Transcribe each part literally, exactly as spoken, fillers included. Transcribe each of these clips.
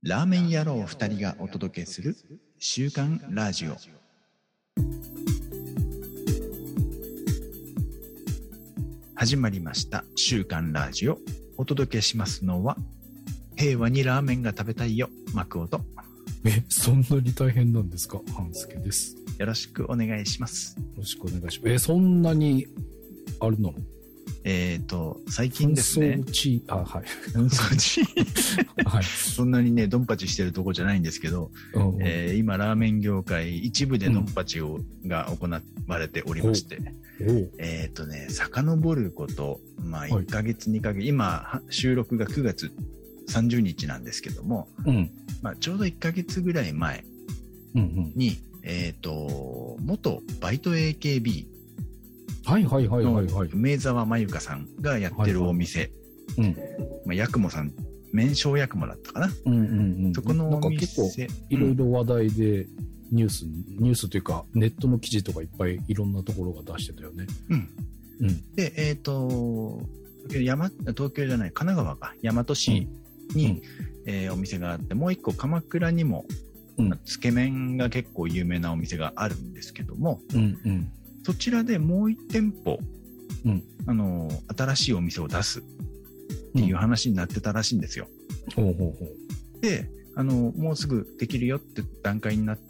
ラーメン野郎二人がお届けする週刊ラジオ。始まりました週刊ラジオ。お届けしますのは、平和にラーメンが食べたいよ、マクオと。 え、そんなに大変なんですか？半助です。 よろしくお願いします。 よろしくお願いします。え、そんなにあるの？ えっと、最近ですね。 紛争地、あ、はい。 紛争地はい。 そんなにね、ドンパチしてるとこじゃないんですけど、うんうん、えー、今、ラーメン業界一部でドンパチを、うん、が行われておりまして、えっとね、遡ること、まあ、いっかげつ、はい、にかげつ、今、収録がくがつさんじゅうにちなんですけども、うん、まあ、ちょうどいっかげつぐらい前に、うんうん、えっと、元バイト エーケービー、 はいはいはいはいはい。 梅沢まゆかさんがやってるお店。はいはい、うん。まあ、ヤクモさん、麺匠ヤクモだったかな。うんうんうん。そこのお店。 なんか結構、いろいろ話題で、ニュース、うん、ニュースというか、ネットの記事とかいっぱいいろんなところが出してたよね。 うん。うん。で、えっと、山、東京じゃない、神奈川か、大和市に、うんうん、えー、お店があって、もう一個鎌倉にも、うん、つけ麺が結構有名なお店があるんですけども、うんうん。そちらでもう一店舗、うん、あの、新しいお店を出すっていう話になってたらしいんですよ。うん、ほうほうほう。で、あの、もうすぐできるよって段階になって、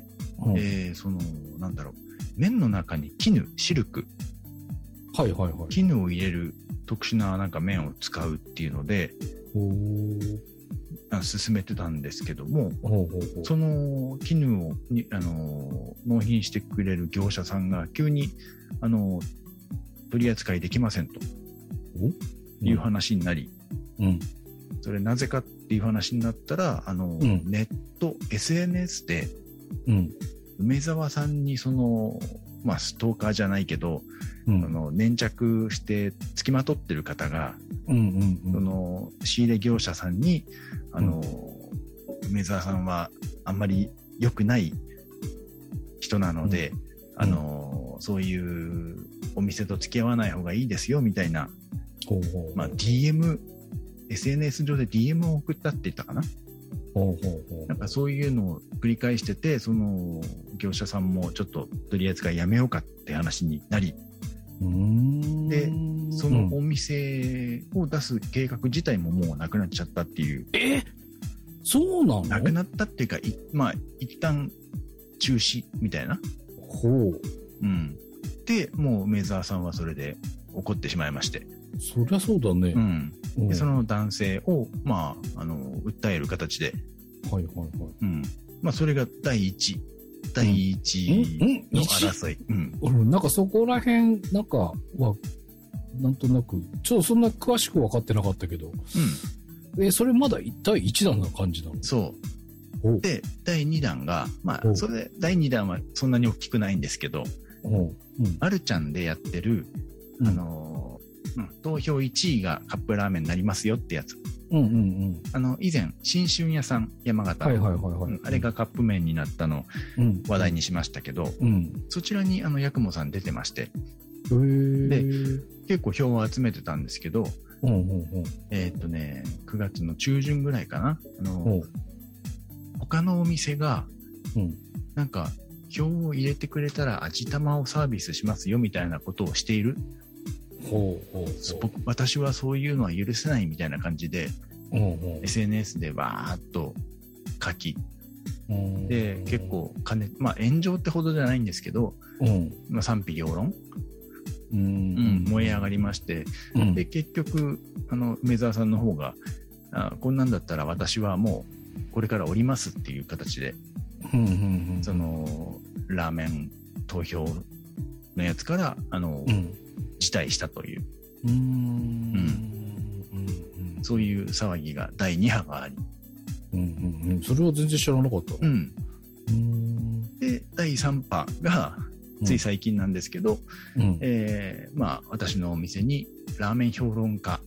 うん、えー、その、なんだろう、麺の中に絹、シルク。 はいはいはい。 絹を入れる特殊ななんか麺を使うっていうので、ほー進めてたんですけども、ほうほうほう、その絹をにあの納品してくれる業者さんが急にあの取り扱いできませんという話になり、うん、それなぜかっていう話になったらあの、うん、ネット エスエヌエス で、うん、梅沢さんにそのまあストーカーじゃないけど、うん、あの粘着して付きまとってる方が、うんうんうん、その仕入れ業者さんにあの、うん、梅沢さんはあんまり良くない人なので、うん、あのそういうお店と付き合わない方がいいですよみたいな、ほうほうほう、まあ ディーエム エスエヌエス 上で ディーエム を送ったって言ったかな。ほうほうほう、なんかそういうのを繰り返してて、その業者さんもちょっと取り扱いやめようかって話になり、うーん、でそのお店を出す計画自体ももうなくなっちゃったっていう。 え、そうなの？ なくなったっていうか、いまあ一旦中止みたいな。 ほう。 うん。でもう梅沢さんはそれで怒ってしまいまして。 そりゃそうだね。 うん。でその男性をまああの訴える形で。 はいはいはい。 うん。まあそれが第一。第一の争い。うん。 うん。なんかそこら辺、なんかは、なんとなく、ちょっとそんな詳しく分かってなかったけど。うん。え、それまだ第一弾な感じなの？ そう。で、第二弾が、まあ、それで第二弾はそんなに大きくないんですけど、うん。あるちゃんでやってる、あの、うん、投票いちいがカップラーメンになりますよってやつ。うんうんうん。あの、以前、新春屋さん、山形。はいはいはいはい。うん、あれがカップ麺になったのを話題にしましたけど、うん、そちらにあの、ヤクモさん出てまして。へー。で、結構票を集めてたんですけど、うんうんうん、えー、っとね、くがつの中旬ぐらいかな。あの、他のお店が、うん、なんか、票を入れてくれたら味玉をサービスしますよみたいなことをしている。ほうほうほう、僕私はそういうのは許せないみたいな感じで、ほうほう、エスエヌエス でわーっと書き、で結構金、まあ炎上ってほどじゃないんですけど、まあ、賛否両論、うん、うん、燃え上がりまして、うん、で結局あの梅沢さんの方があこんなんだったら私はもうこれから降りますっていう形で、うんうんうん、そのラーメン投票のやつからあの、うん、辞退したという、うーん、うんうん、そういう騒ぎがだいに波があり、 うんうんうん、それは全然知らなかった。うん、 うーん、でだいさん波がつい最近なんですけど、うん、えー、まあ私のお店にラーメン評論家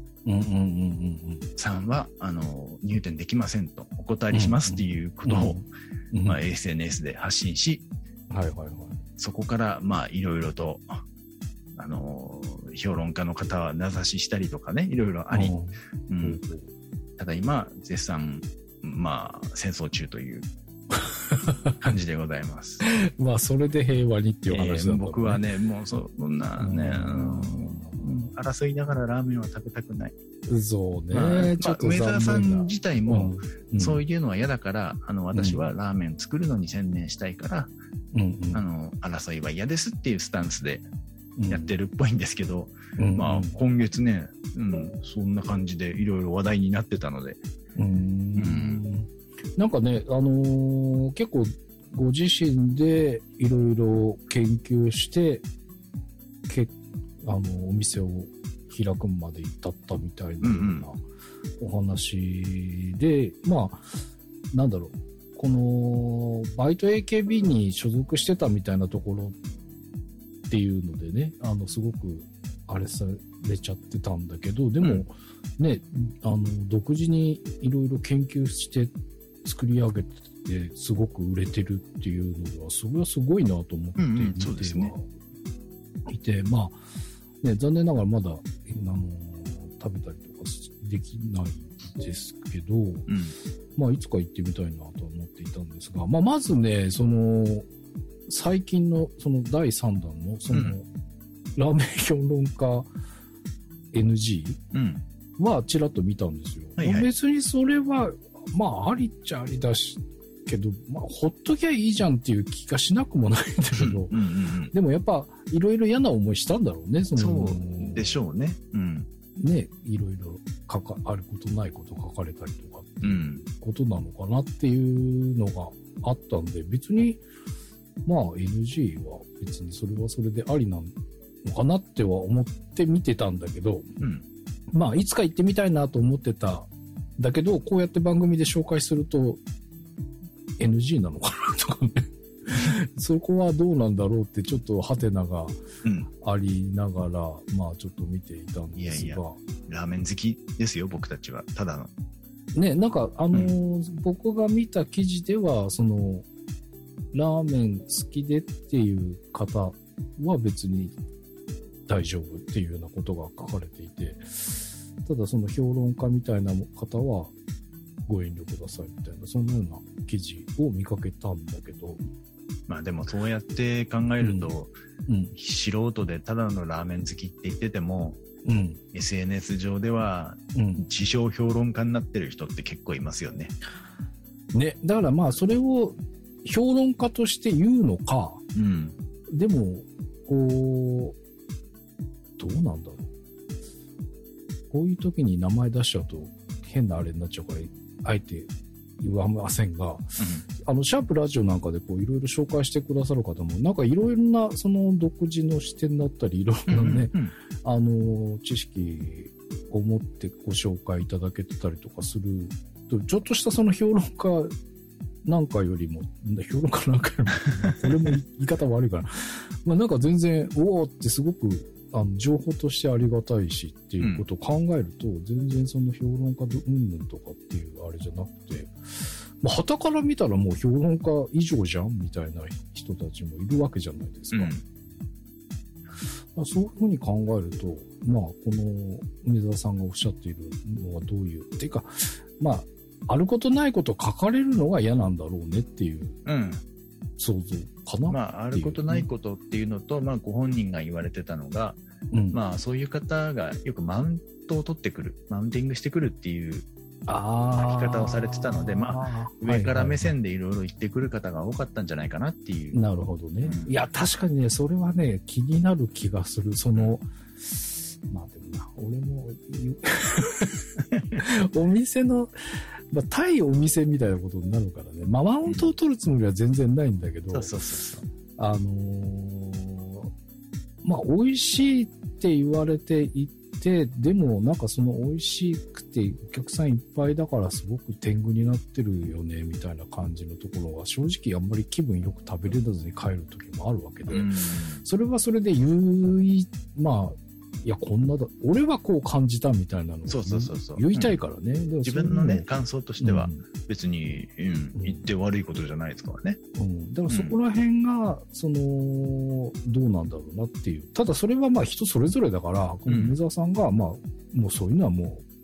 さんはあの入店できませんとお断りしますっていうことを、うんうん、まあ、エスエヌエス で発信し、はいはいはい、そこからまあいろいろとあの評論家の方は名指ししたりとかね、いろいろあり、うん、ただ今絶賛まあ、戦争中という感じでございます。 まあ、それで平和にっていう話なんだろうね、 えー、僕はね、もうそんなね、争いながらラーメンは食べたくない。 そうね。 まあ、 ちょっと梅沢さん自体も、 うん、 そういうのは嫌だから、あの、私はラーメン作るのに専念したいから、うんうん、あの、争いは嫌ですっていうスタンスでやってるっぽいんですけど、うん、まあ、今月ね、うん、そんな感じでいろいろ話題になってたので。 うんうん、なんかね、あのー、結構ご自身でいろいろ研究して、けあのお店を開くまで至ったみたいなようなお話で、うんうん、まあなんだろう、このバイト エーケービー に所属してたみたいなところっていうのでね、あのすごくあれされちゃってたんだけど、でも、うん、ね、あの独自にいろいろ研究して作り上げてすごく売れてるっていうのではそれはすごいなと思って見て、うんうん、そうですね、いて、まあね、残念ながらまだあの食べたりとかできないですけど、うん、まあいつか行ってみたいなと思っていたんですが、まあ、まずね、その最近のそのだいさんだんのその、うん、ラーメン評論家 エヌジー はちらっと見たんですよ。うん、はいはい、別にそれはまあありっちゃありだしけど、まあ、ほっときゃいいじゃんっていう気がしなくもないんだけど、うんうんうん、でもやっぱいろいろ嫌な思いしたんだろうね。そのそうでしょうね。うん、 ね、いろいろ書かあることないこと書かれたりとかっていうことなのかなっていうのがあったんで、別にまあ エヌジー は別にそれはそれでありなのかなっては思って見てたんだけど、うん、まあいつか行ってみたいなと思ってただけど、こうやって番組で紹介すると エヌジー なのかなとかねそこはどうなんだろうってちょっとハテナがありながら、うん、まあちょっと見ていたんですが、いやいやラーメン好きですよ僕たちは。ただのね、なんかあのーうん、僕が見た記事ではそのラーメン好きでっていう方は別に大丈夫っていうようなことが書かれていて、ただその評論家みたいな方はご遠慮くださいみたいな、そんなような記事を見かけたんだけど、 まあでもそうやって考えると、うんうん、素人でただのラーメン好きって言ってても、うん、エスエヌエス 上では自称評論家になってる人って結構いますよね。 ね、だからまあそれを評論家として言うのか、うん、でもこうどうなんだろう、こういう時に名前出しちゃうと変なあれになっちゃうからあえて言わませんが、うん、あのシャープラジオなんかでこういろいろ紹介してくださる方もなんかいろいろなその独自の視点だったりいろいろなね、うんうん、あの知識を持ってご紹介いただけてたりとかすると、ちょっとしたその評論家なんかよりも評論家なんかよりもこれも言い方悪いからまあなんか全然おおってすごくあの情報としてありがたいしっていうことを考えると、うん、全然その評論家うんぬんとかっていうあれじゃなくて、まあ、傍から見たらもう評論家以上じゃんみたいな人たちもいるわけじゃないですか。うん、まあ、そういうふうに考えると、まあこの梅沢さんがおっしゃっているのはどういうっていうか、まああることないこと書かれるのが嫌なんだろうねっていう想像かな。 まあ、あることないことっていうのと、まあ、ご本人が言われてたのが、うん、まあ、そういう方がよくマウントを取ってくる、マウンティングしてくるっていう書き方をされてたので、まあ、上から目線でいろいろ言ってくる方が多かったんじゃないかなっていう。 なるほどね。うん、いや、確かにね、それはね、気になる気がする。その、まあでもな、俺もお店の、まあ、対お店みたいなことになるからね。まあ、マウントを取るつもりは全然ないんだけど、 うん、そうそうそうそう。 あのー、まあ、美味しいって言われていて、でもなんかその美味しくてお客さんいっぱいだからすごく天狗になってるよね、みたいな感じのところは正直あんまり気分よく食べれずに帰る時もあるわけで、うん、それはそれで言い、まあ、いやこんなだ俺はこう感じたみたいなのをそうそうそうそう言いたいからね、 うん、自分のね感想としては別に、うんうん、言って悪いことじゃないですからね、 うん、だからそこら辺が、そのどうなんだろうなっていう、ただそれはまあ人それぞれだから、この梅沢さんがまあもうそういうのはもう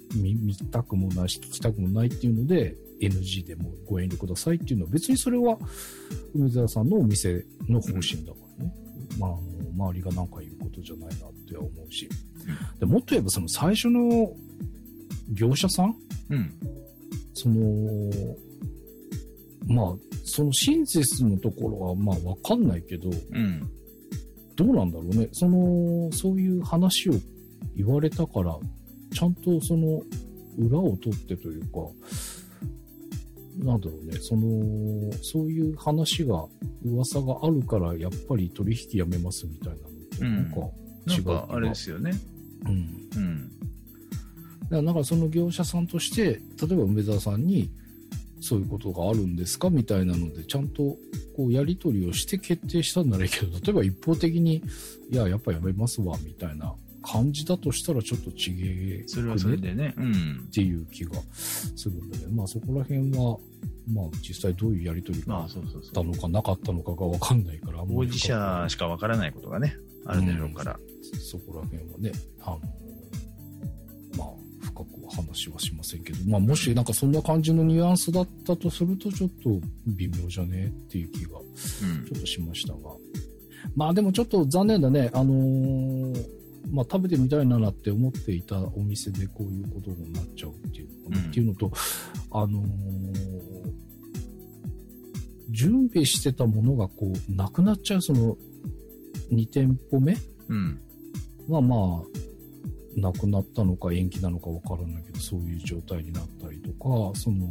見、見たくもないし、聞きたくもないっていうので、エヌジー でもご遠慮くださいっていうのは、別にそれは、梅沢さんのお店の方針だからね。うん、まあ、あの、周りが何か言うことじゃないなっては思うし。うん、でもっと言えば、その最初の業者さん、 うん、 その、まあ、その親切のところは、まあ、わかんないけど、 うん、 どうなんだろうね。その、そういう話を言われたから、ちゃんとその、裏を取ってというか、なんだろうね、その、そういう話が、噂があるから、やっぱり取引やめますみたいなのって、なんか違う、うん。なんかあれですよね。 うん。うん。だからなんかその業者さんとして、例えば梅沢さんに、そういうことがあるんですかみたいなので、ちゃんとこうやり取りをして決定したんならいいけど、例えば一方的に、いや、やっぱやめますわ、みたいな感じだとしたらちょっと違え、 それはそれでね、うん。 っていう気がするんだけど、まあそこら辺は、まあ実際どういうやり取りがあったのかなかったのかがわかんないから、 当事者しかわからないことがね、あるでしょうから。 うん、そこら辺はね、あの、まあ、深くは話はしませんけど、まあもしなんかそんな感じのニュアンスだったとするとちょっと微妙じゃねっていう気がちょっとしましたが、うん、まあでもちょっと残念だね、あのー、まあ食べてみたいななって思っていたお店でこういうことになっちゃうっていうのかな、うん、っていうのと、あのー、準備してたものがこうなくなっちゃうそのに店舗目、 うん、 はまあなくなったのか延期なのかわからないけど、そういう状態になったりとか、その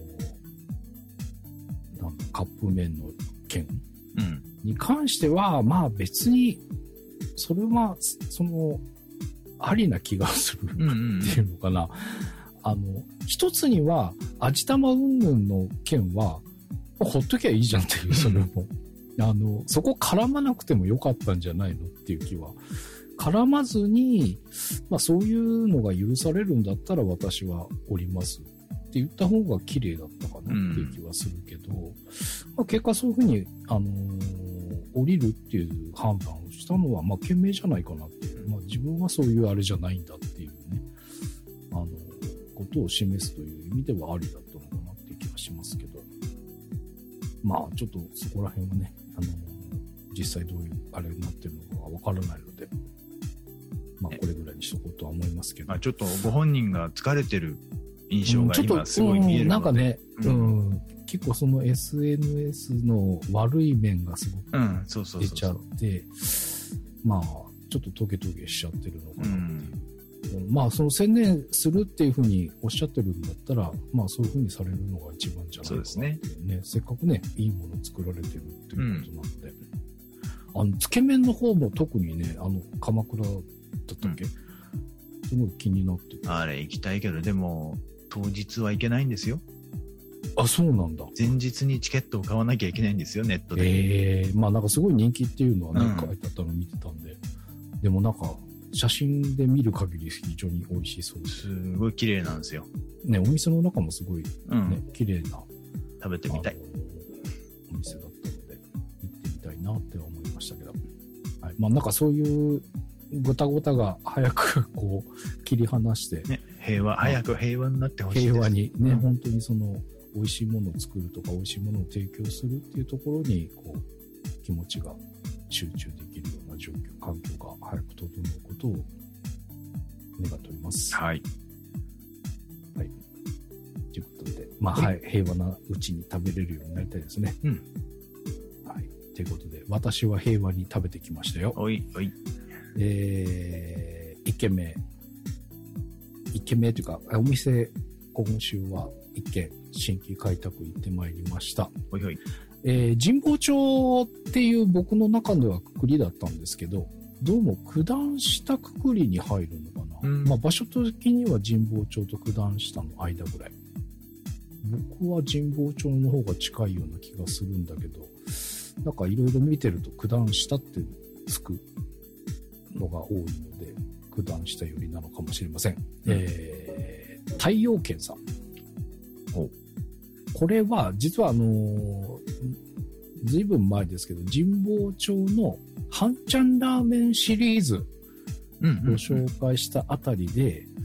なんかカップ麺の件に関しては、うん、まあ別にそれはそのありな気がするっていうのかな。うんうん、あの一つには味玉云々の件はほっときゃいいじゃんっていう、それもあのそこ絡まなくてもよかったんじゃないのっていう気は。絡まずに、まあそういうのが許されるんだったら私は降りますって言った方が綺麗だったかなっていう気はするけど、うん、まあ、結果そういうふうに、あのー、降りるっていう判断をしたのは、まあ賢明じゃないかなっていう、まあ自分はそういうあれじゃないんだっていうね、あのー、ことを示すという意味ではありだったのかなっていう気がしますけど、まあちょっとそこら辺はね、あのー、実際どういうあれになってるのかわからないので、まあこれぐらいにしとこうとは思いますけど、 あ、ちょっとご本人が疲れてる印象が今すごい見えるので、うん、 なんかね、うん、結構その エスエヌエス の悪い面がすごく出ちゃって、まあちょっとトゲトゲしちゃってるのかなっていう、うん、まあその専念するっていうふうにおっしゃってるんだったら、まあそういうふうにされるのが一番じゃないかなっていうね、そうですね、せっかくねいいもの作られてるっていうことなので、うん、あのつけ麺の方も特にね、あの鎌倉だったっけ、うん、すごい気になってて、 あれ行きたいけど、でも当日は行けないんですよ。 あ、そうなんだ。 前日にチケットを買わなきゃいけないんですよ、ネットで。 ええー、まあなんかすごい人気っていうのはね、うん、書いてあったの見てたんで、でもなんか写真で見る限り非常に美味しそうです。 すごい綺麗なんですよ。 ね、お店の中もすごいね、うん、綺麗な食べてみたいお店だったので行ってみたいなって思いましたけど、はい、まあなんかそういうごたごたが早くこう切り離して、 ね、平和、早く平和になってほしいです。 平和にね、うん、本当にその美味しいものを作るとか美味しいものを提供するっていうところにこう気持ちが集中できるような状況、環境が早く整うことを願っております。 はい。 はい。ということで、まあ、はい、平和なうちに食べれるようになりたいですね。 うん。 はい。ということで、私は平和に食べてきましたよ。 おい、おい。 えー、一軒目。一軒目というか、お店、今週は一軒新規開拓行ってまいりました。 ほいほい。 えー、神保町っていう僕の中ではくくりだったんですけど、どうも九段下くくりに入るのかな。うん、まあ場所的には神保町と九段下の間ぐらい。僕は神保町の方が近いような気がするんだけど、なんかいろいろ見てると九段下ってつくのが多いので、九段下寄りなのかもしれません。うん、えー、太陽軒さん。おこれは実はあのー、ずいぶん前ですけど、神保町の半ちゃんラーメンシリーズを紹介したあたりで、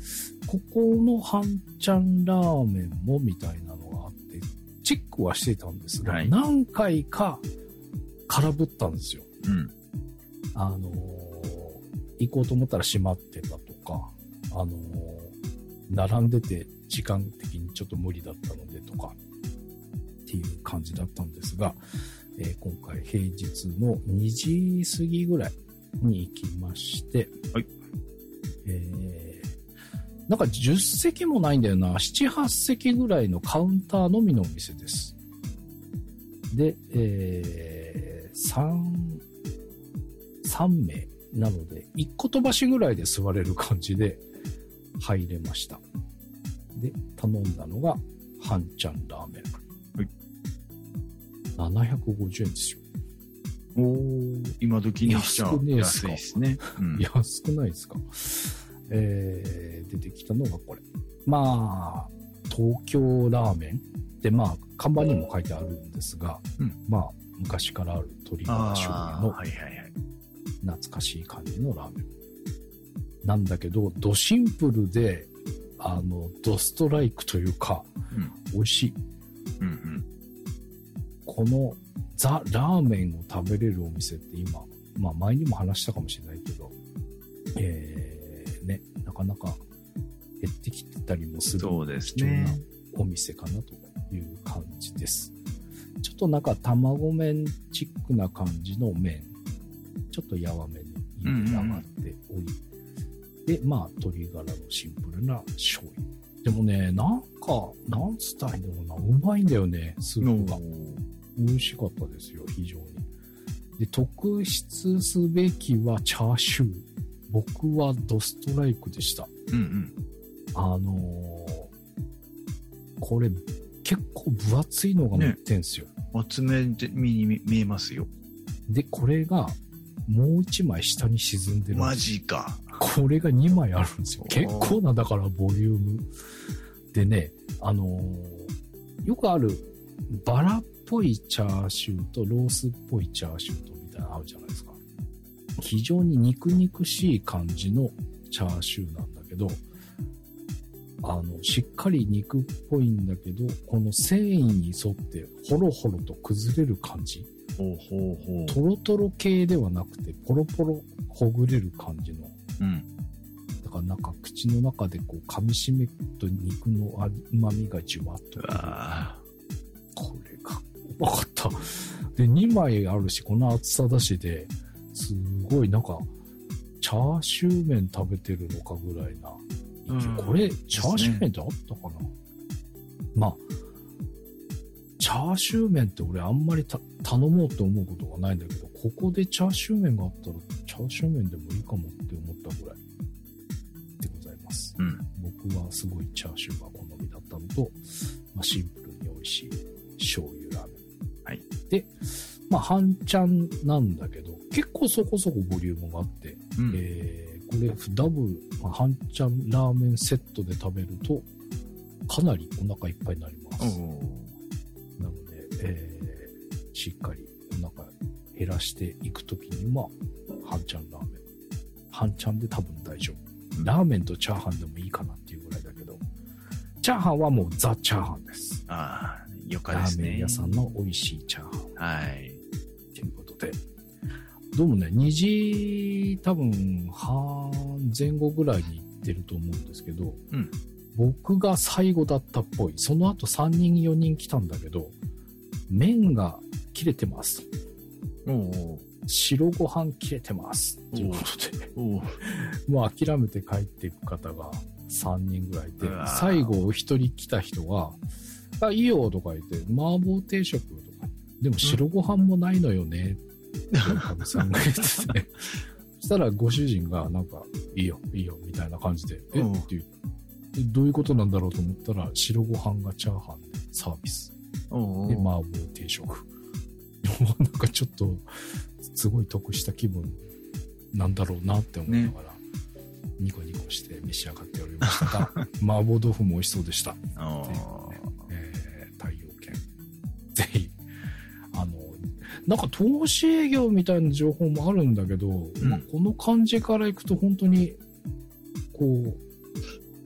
ここの半ちゃんラーメンもみたいなのがあって、チェックはしてたんですが、はい、何回か空振ったんですよ。 うん。 あのー、行こうと思ったら閉まってたとか、あのー、並んでて時間的にちょっと無理だったのでとか、っていう感じだったんですが、えー、今回平日のにじ過ぎぐらいに行きまして、 はい。 えー、なんかじゅっ席もないんだよな。なな、はち席ぐらいのカウンターのみのお店です。で、えー、3、さん名なので、いっこ飛ばしぐらいで座れる感じで入れました。で、頼んだのが、半ちゃんラーメン。 はい。 ななひゃくごじゅうえんですよ。 おー、今時にしちゃ安いですね。 うん、安くないですか。えー、出てきたのがこれ。まあ、東京ラーメンってまあ、看板にも書いてあるんですが、うん、まあ、昔からある鶏ガラ醤油の、 はいはいはい。 懐かしい感じのラーメン。なんだけど、ドシンプルで、あの、ドストライクというか、うん、美味しい。 うんうん、 このザ・ラーメンを食べれるお店って今、まあ前にも話したかもしれないけど、えー、ね、なかなか減ってきてたりもする貴重なお店かなという感じです。ちょっとなんか卵麺チックな感じの麺。ちょっとやわめに茹で上がっており、うん、で、まあ、鶏ガラのシンプルな醤油。でもね、なんか、なんつったらいいんだろうな、うまいんだよね、スープが。美味しかったですよ、非常に。で、特筆すべきはチャーシュー。僕はドストライクでした。 うんうん。 あのー、これ、結構分厚いのが乗ってんすよ。 ね、厚めに見えますよ。 で、これが、もう一枚下に沈んでるんです。 マジか。 これがにまいあるんですよ。結構な、だからボリューム。でね、あのー、よくあるバラっぽいチャーシューとロースっぽいチャーシューとみたいなのあるじゃないですか。非常に肉々しい感じのチャーシューなんだけど、あの、しっかり肉っぽいんだけど、この繊維に沿ってホロホロと崩れる感じ。 ほうほうほう。 トロトロ系ではなくて、ポロポロほぐれる感じの。 うん。 だからなんか口の中でこう噛み締めると肉の旨味がじわっと。これがうまかった。で、にまいあるし、この厚さだしで、すごいなんか、チャーシュー麺食べてるのかぐらいな。うん、これ、チャーシュー麺ってあったかな、ね、まあ、チャーシュー麺って俺あんまりた頼もうって思うことがないんだけど、ここでチャーシュー麺があったら、チャーシュー麺でもいいかもって思ったぐらいでございます。 うん、 僕はすごいチャーシューが好みだったのと、まあ、シンプルに美味しい醤油ラーメン。 はい。 で、まあ、半ちゃんなんだけど、結構そこそこボリュームがあって、うん、えー、これダブル、まあ、半ちゃんラーメンセットで食べると、かなりお腹いっぱいになります。なので、えー、しっかりお腹減らしていくときには、半ちゃんラーメン。半ちゃんで多分大丈夫。ラーメンとチャーハンでもいいかなっていうぐらいだけど、チャーハンはもうザ・チャーハンです。 ああ、よかですね。 ラーメン屋さんの美味しいチャーハン。はい。 ということで、どうもね、にじ多分半前後ぐらいに行ってると思うんですけど、 うん、 僕が最後だったっぽい。その後さんにんよにん来たんだけど、麺が切れてます。 おうおう、 白ご飯切れてます。ということで、おうもう諦めて帰っていく方がさんにんぐらいで、最後お一人来た人が、あ、いいよとか言って、麻婆定食とか、でも白ご飯もないのよね、っておかみさんが言ってて、そしたらご主人がなんか、いいよ、いいよ、みたいな感じで、えって言って、どういうことなんだろうと思ったら、白ご飯がチャーハンでサービス。 おうおう、 で、麻婆定食。なんかちょっと、すごい得した気分なんだろうなって思いながら、ね、ニコニコして召し上がっておりましたが、麻婆豆腐も美味しそうでした。 おえー、太陽圏。ぜひ、あの、なんか投資営業みたいな情報もあるんだけど、うん、まあ、この感じからいくと本当に、こう、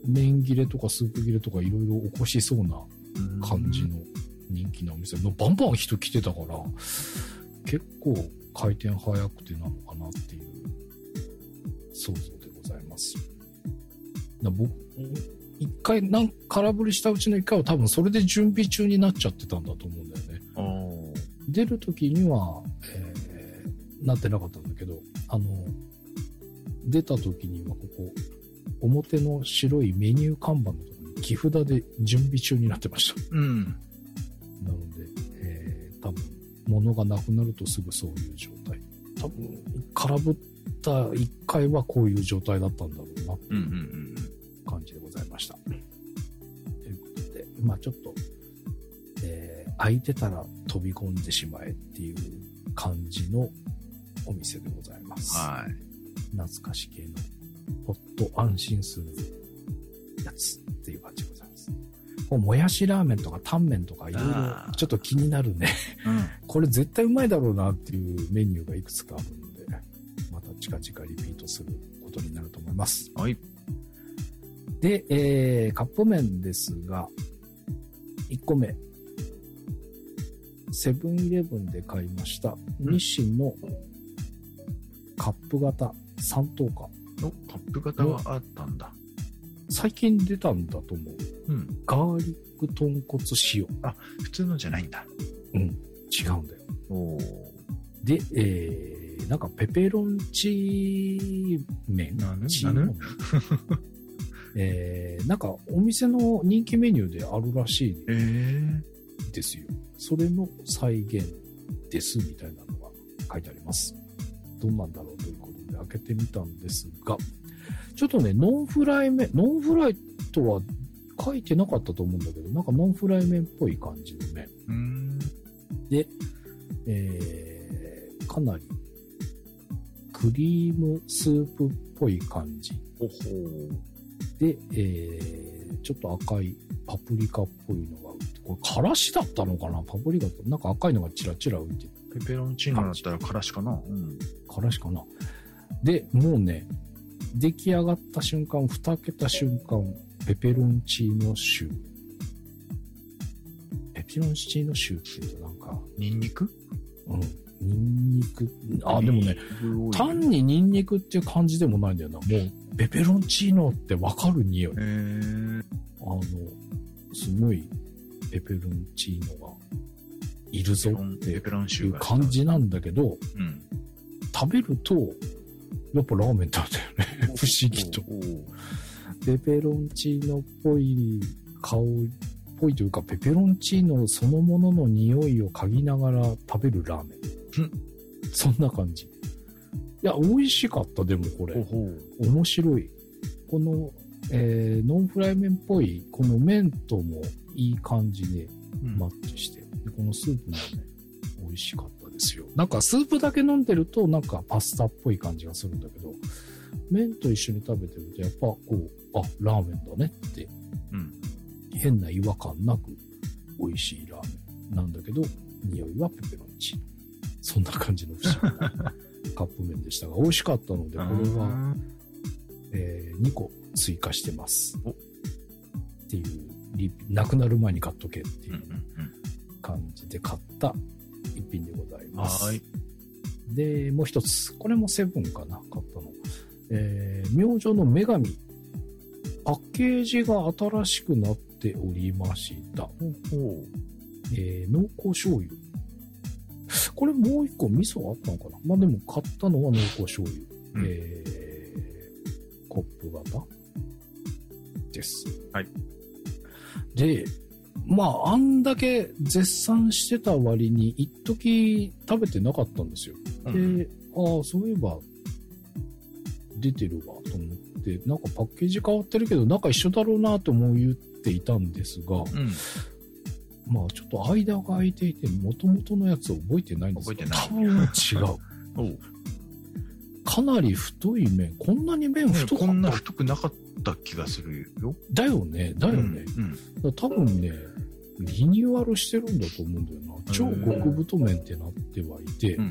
麺切れとかスープ切れとかいろいろ起こしそうな感じの人気なお店のバンバン人来てたから、結構回転早くてなのかなっていう想像でございます。だ僕一回なん空振りしたうちの一回は多分それで準備中になっちゃってたんだと思うんだよね。出る時には、えー、なってなかったんだけど、あの出た時にはここ表の白いメニュー看板のところに木札で準備中になってました。 うん。 なので、えー、多分物がなくなるとすぐそういう状態。多分空振ったいっかいはこういう状態だったんだろうなっていう感じでございました。ということで、まあちょっと、えー、空いてたら飛び込んでしまえっていう感じのお店でございます。 はい。 懐かし系のほっと安心するやつっていう感じでございます。こうもやしラーメンとかタンメンとかいろいろちょっと気になるね、うん、これ絶対うまいだろうなっていうメニューがいくつかあるので、また近々リピートすることになると思います。 はい。 で、えー、カップ麺ですがいっこめセブンイレブンで買いました、うん、日清のカップ型さん等価のカップ型はあったんだ。 最近出たんだと思う。うん。ガーリック豚骨塩。 あ、普通のじゃないんだ。 うん。違うんだよ。おで、えー、なんかペペロンチ麺。 なぬチー麺えー、なんかお店の人気メニューであるらしいですよ。えー、それの再現ですみたいなのが書いてあります。どんなんだろうということで開けてみたんですが、ちょっとね、ノンフライ麺、ノンフライとは書いてなかったと思うんだけど、なんかノンフライ麺っぽい感じの麺。うーんで、えー、かなりクリームスープっぽい感じ。ほほで、えー、ちょっと赤いパプリカっぽいのが浮いて、これからしだったのかな、パプリカとなんか赤いのがチラチラ浮いてる。 ペペロンチーノだったらからしかな。うん。 からしかな。で、もうね、出来上がった瞬間、蓋開けた瞬間、ペペロンチーノシュー。ペペロンチーノシューって言うとなんか、 ニンニク？ うん。ニンニク。あ、でもね、単にニンニクっていう感じでもないんだよな。もう、ペペロンチーノってわかる匂い。へー。あの、すごい、ペペロンチーノがいるぞっていう感じなんだけど、うん、食べると、やっぱラーメンなんだよね。不思議と。ペペロンチーノっぽい香り、っぽいというか、ペペロンチーノそのものの匂いを嗅ぎながら食べるラーメン。そんな感じ。いや、美味しかった、でもこれ。ほほ面白い。この、えー、ノンフライ麺っぽい、この麺ともいい感じでマッチして、うん、でこのスープもね、美味しかったですよ。なんかスープだけ飲んでるとなんかパスタっぽい感じがするんだけど、麺と一緒に食べてるとやっぱこう、あ、ラーメンだねって、うん、変な違和感なく美味しいラーメンなんだけど、匂いはペペロンチーノ。そんな感じの不思議なカップ麺でしたが、美味しかったので、これは、えー、にこ追加してます。っていう、なくなる前に買っとけっていう感じで買った一品でございます。はい。で、もう一つ。これもセブンかな、買ったの。えー、明星の女神。パッケージが新しくなっておりました。ほうほう。えー、濃厚醤油。これもう一個味噌あったのかな。まあでも買ったのは濃厚醤油。うん、えー、コップ型です。はい。で、まあ、あんだけ絶賛してた割に、一時食べてなかったんですよ。うん、で、ああ、そういえば、出てるわ、と思って、なんかパッケージ変わってるけど、なんか一緒だろうなと思っていたんですが、うん、まあ、ちょっと間が空いていて、元々のやつを覚えてないんですけど、多分違う。かなり太い麺、こんなに麺太かった、 こんな太くなかった気がするよ。 だよね、だよね。うんうん、多分ね、リニューアルしてるんだと思うんだよな。超極太麺ってなってはいて、うんうんうん、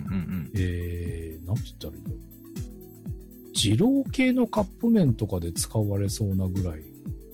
えー、なんて言ったらいいんだろう。二郎系のカップ麺とかで使われそうなぐらい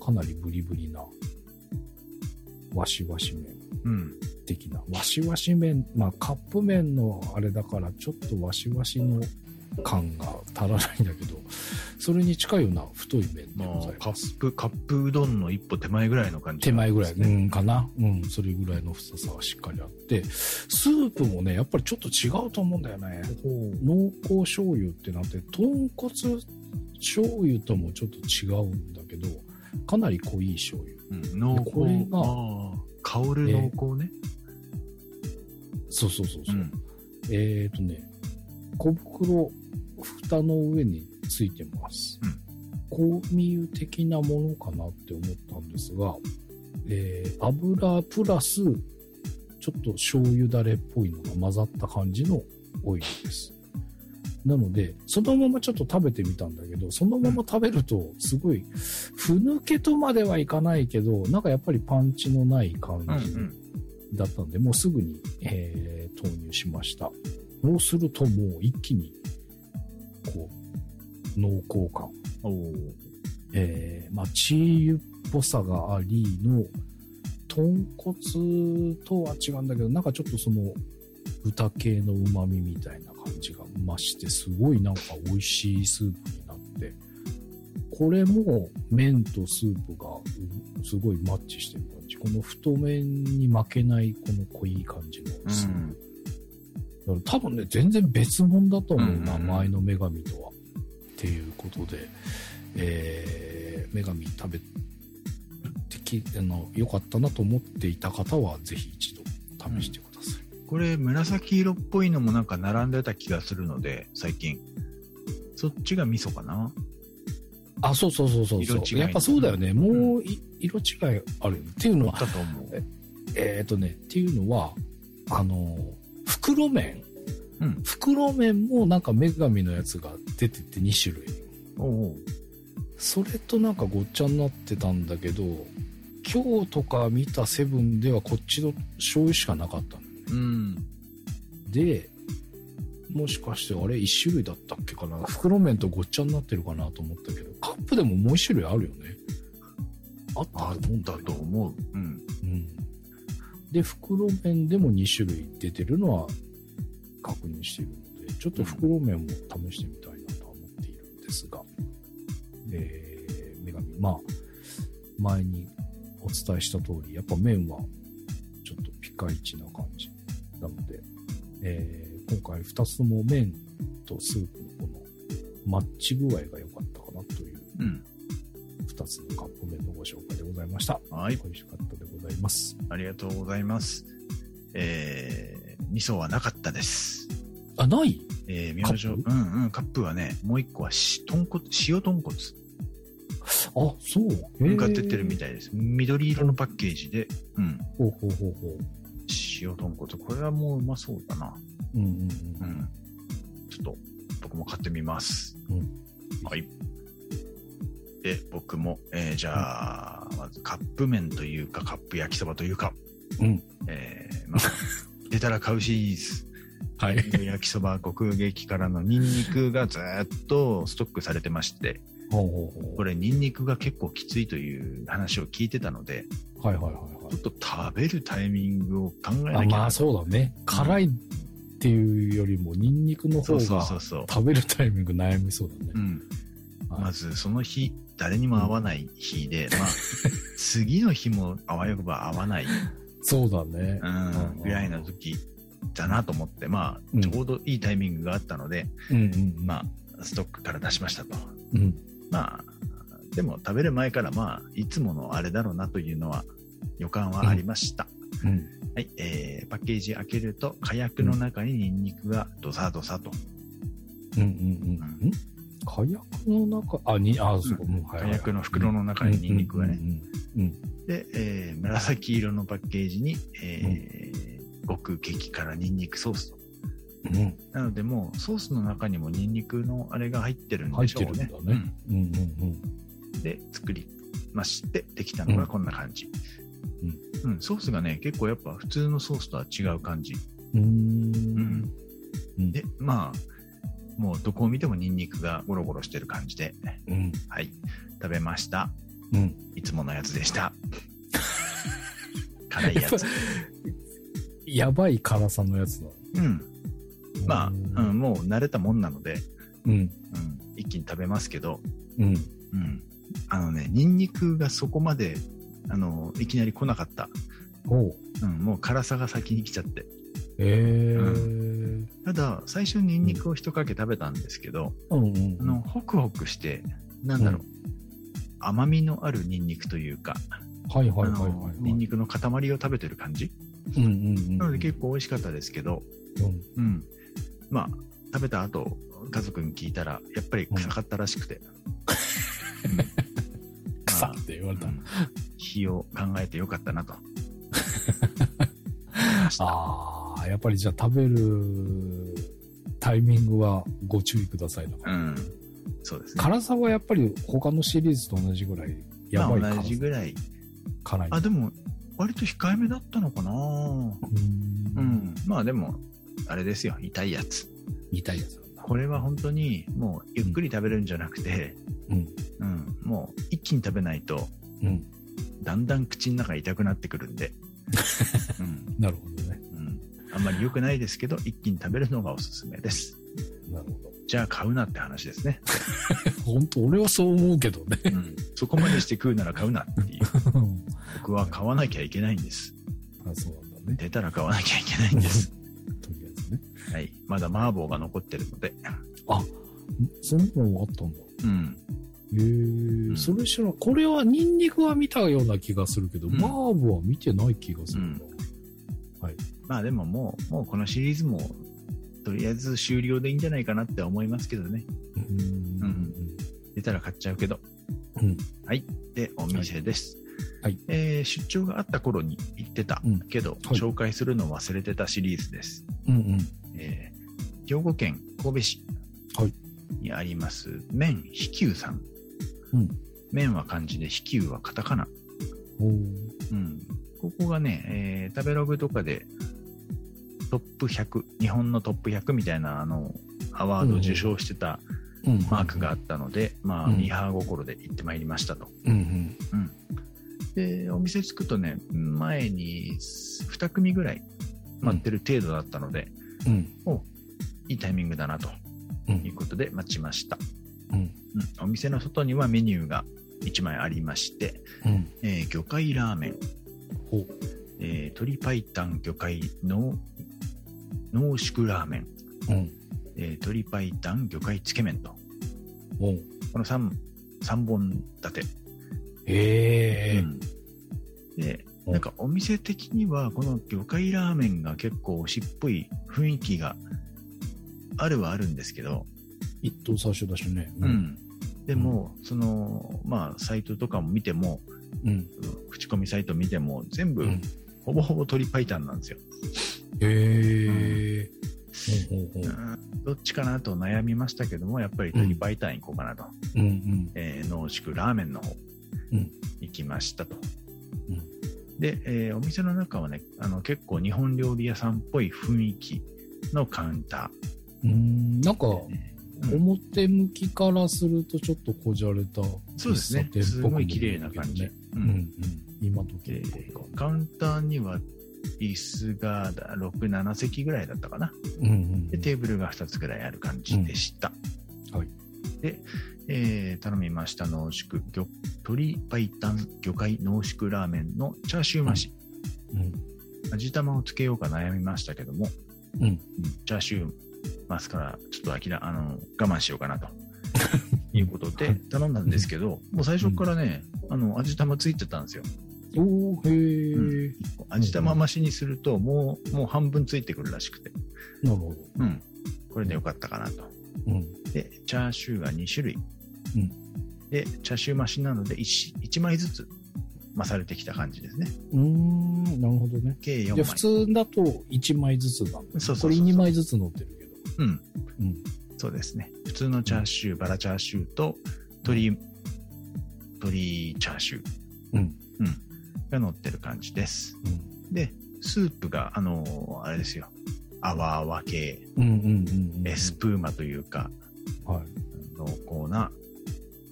かなりブリブリな、わしわし麺的な。うん、わしわし麺、まあカップ麺のあれだからちょっとわしわしの感が足らないんだけど、それに近いような太い麺でございます。まあ、 カップ、カップうどんの一歩手前ぐらいの感じ、 ね。手前ぐらい、うん、かな。うん、それぐらいの太さはしっかりあって、スープもね、やっぱりちょっと違うと思うんだよね。濃厚醤油ってなって、豚骨醤油ともちょっと違うんだけど、かなり濃い醤油。 うん、濃厚。これが、香る濃厚ね。 そうそうそうそう。うん、えっとね、小袋、蓋の上についてます。うん、香味油的なものかなって思ったんですが、えー、油プラス、ちょっと醤油だれっぽいのが混ざった感じのオイルです。なので、そのままちょっと食べてみたんだけど、そのまま食べると、すごい、ふぬけとまではいかないけど、なんかやっぱりパンチのない感じだったんで、もうすぐに、えー、投入しました。そうするともう一気に、こう、濃厚感。えー、まあ、チー油っぽさがありの、豚骨とは違うんだけど、なんかちょっとその、豚系の旨味みたいな感じが増して、すごいなんか美味しいスープになって、これも麺とスープがすごいマッチしてる感じ。この太麺に負けないこの濃い感じのスープ。うん、だから多分ね、全然別物だと思うな、うんうん、前の女神とは。っていうことで、えー、女神食べてき、あの、良かったなと思っていた方は、ぜひ一度試してください。 うん、これ、紫色っぽいのもなんか並んでた気がするので、最近。そっちが味噌かな？ あ、そうそうそうそう。色違い。やっぱそうだよね。もう、うん、色違いあるよね。っていうのは、 だと思う。 えーっとね、っていうのは、あの、袋麺。 うん、 袋麺もなんか女神のやつが出ててに種類。 おう、 それとなんかごっちゃになってたんだけど、今日とか見たセブンではこっちの醤油しかなかったの、 うん、 で、もしかしてあれ一種類だったっけかな、袋麺とごっちゃになってるかなと思ったけど、カップでももう一種類あるよね。あったと思うんだと思う。うん。 うん。で、袋麺でもに種類出てるのは確認しているので、ちょっと袋麺も試してみたいなとは思っているんですが、えー、女神、まあ、前にお伝えした通り、やっぱ麺はちょっとピカイチな感じなので、えー、今回ふたつとも麺とスープのこのマッチ具合が良かったかなという、ふたつのカップ麺のご紹介でございました。 はい。 美味しかったでございます。 ありがとうございます。えー、味噌はなかったです。 あ、ない？ えー、明星、うんうん、カップはね、もう一個はし豚骨、塩豚骨。 あ、そう。 向かってってるみたいです。緑色のパッケージで、うん。 ほうほうほうほう。 塩豚骨。これはもううまそうだな。 うんうんうん。うん、 ちょっと、僕も買ってみます。 うん。 はい。で、僕も、えー、じゃあ、まずカップ麺というか、カップ焼きそばというか、 うん。 えー、まあ、出たら買うシリーズ。 はい。 焼きそば国劇からのニンニクがずっとストックされてまして、 ほうほうほう、 これニンニクが結構きついという話を聞いてたので、 はいはいはい、はい。 ちょっと食べるタイミングを考えなきゃ。あ、 まあそうだね。辛いっていうよりもニンニクの方が食べるタイミング悩みそうだね。 うん。はい、まずその日、誰にも合わない日で、うん、まあ、次の日もあわよくば合わない。 そうだね。 うん、ぐらいの時だなと思って、まあ、ちょうどいいタイミングがあったので、 うんうんうん、 まあ、ストックから出しましたと。 うん、 まあ、でも食べる前からまあ、いつものあれだろうなというのは予感はありました。 うんうん、 はい、えー、パッケージ開けると、火薬の中にニンニクがドサドサと。 うんうんうん。うん、火薬の中、あ、に、あ、そう、うん、 火薬の袋の中にニンニクがね。で、えー、紫色のパッケージに、えー、極激辛ニンニクソースと。 うん、 なのでもうソースの中にもニンニクのあれが入ってるんでしょうね。 入ってるんだね。うんうんうん、で、作りまして、できたのがこんな感じ。うんうん、ソースがね、結構やっぱ普通のソースとは違う感じ。 うーんうん、で、まあ、もうどこを見てもニンニクがゴロゴロしてる感じで、 うん、 はい、食べました。 うん。 いつものやつでした。辛いやつ。 やばい辛さのやつだ。 うん。まあ、うん、もう慣れたもんなので、 うん。うん。 一気に食べますけど、 うん。うん。 あのね、ニンニクがそこまで、あの、いきなり来なかった。 おう。 うん、もう辛さが先に来ちゃって。 へえ、 うん。ただ、最初にニンニクを一かけ食べたんですけど、 うんうんうん、 あの、ホクホクして、なんだろう、うん、甘みのあるニンニクというか、 はいはいはいはい、はい。 ニンニクの塊を食べてる感じ。 うんうんうんうん、 なので結構美味しかったですけど、うん。うん、まあ、食べた後、家族に聞いたら、やっぱり臭かったらしくて。 うん、臭って言われた。 日を考えてよかったなと。 ああ、やっぱりじゃあ食べるタイミングはご注意くださいだから。 うん。そうですね。 辛さはやっぱり他のシリーズと同じぐらいやばい辛さ。 まあ、同じぐらい。 辛い。 あ、でも、割と控えめだったのかな。うん。うん。まあでも、あれですよ。痛いやつ。 痛いやつなんだ。 これは本当に、もう、ゆっくり食べるんじゃなくて、うん。うん。もう、一気に食べないと、うん。だんだん口の中痛くなってくるんで。 うん、なるほどね。 うん。あんまり良くないですけど、一気に食べるのがおすすめです。 なるほど。 じゃあ買うなって話ですね。 本当、俺はそう思うけどね。 うん。そこまでして食うなら買うなっていう。僕は買わなきゃいけないんです。 あ、そうなんだね。 出たら買わなきゃいけないんです。 とりあえずね。 はい。まだ麻婆が残ってるので。 あ、そんなのあったんだ。 うん。 へえ、うん、それ知らん。これはニンニクは見たような気がするけど、うん、麻婆は見てない気がするな、うん、 はい。まあでももう、もうこのシリーズも、とりあえず終了でいいんじゃないかなって思いますけどね。うん。うん。出たら買っちゃうけど。うん。はい。で、お店です。はい。えー、出張があった頃に行ってた、うん、けど、はい、紹介するのを忘れてたシリーズです。うんうん。えー、兵庫県神戸市にあります、はい、麺飛久さん。うん、麺は漢字で飛久はカタカナ。お、うん、ここがね、えー、食べログとかでトップひゃく、日本のトップひゃくみたいなあのアワードを受賞してたマークがあったので、うん、まあ、ミーハー心で行ってまいりましたと。うんうんうん、で、お店着くとね、前にに組ぐらい待ってる程度だったので、うん、お、いいタイミングだなということで待ちました。うんうん、お店の外にはメニューがいちまいありまして、うんえー、魚介ラーメン、えー、鶏白湯魚介濃濃縮ラーメン、うんえー、鶏白湯魚介つけ麺と、うん、この 3, 3本立て。へー、うん、で、なんかお店的にはこの魚介ラーメンが結構推しっぽい雰囲気があるはあるんですけど、 一等最初だしね。 うん。うん、でも、うん、その、まあ、サイトとかも見ても、うん、口コミサイト見ても、全部、うん、ほぼほぼ鶏白湯なんですよ。へー、うんうん。どっちかなと悩みましたけども、やっぱり鶏白湯行こうかなと。うんうんえー、濃縮ラーメンの方、うん、行きましたと。うん、で、えー、お店の中はね、あの結構日本料理屋さんっぽい雰囲気のカウンター。 うーん、なんか、表向きからするとちょっとこじゃれた、 そうですね。すごい綺麗な感じ。うんうん、 今時、えー、カウンターには椅子がろく、なな席ぐらいだったかな、うんうんうん。でテーブルがふたつぐらいある感じでした。うん、はい。で、えー、頼みました濃縮魚鶏白湯魚介濃縮ラーメンのチャーシュー増し。うんうん、味玉をつけようか悩みましたけども、うんうん、チャーシューますからちょっとあきらあの我慢しようかなということで頼んだんですけど、もう最初からね、うん、あの味玉ついてたんですよ。おー、へー、うん、味玉増しにするともうもう半分ついてくるらしくて、なるほど、うん、これでよかったかなと、うん、でチャーシューがに種類、うん、でチャーシュー増しなので 1, いちまいずつ増されてきた感じですね。 うーん、なるほどね。計よんまい。普通だといちまいずつなんだ。そうそうそうそう。これにまいずつ乗ってるけど。 うん。うん。そうですね。普通のチャーシュー、バラチャーシューと、鶏、鶏チャーシュー。うん。うん。が乗ってる感じです。うん。で、スープが、あのー、あれですよ。泡泡系。うんうんうん、うん。エスプーマというか、はい。濃厚な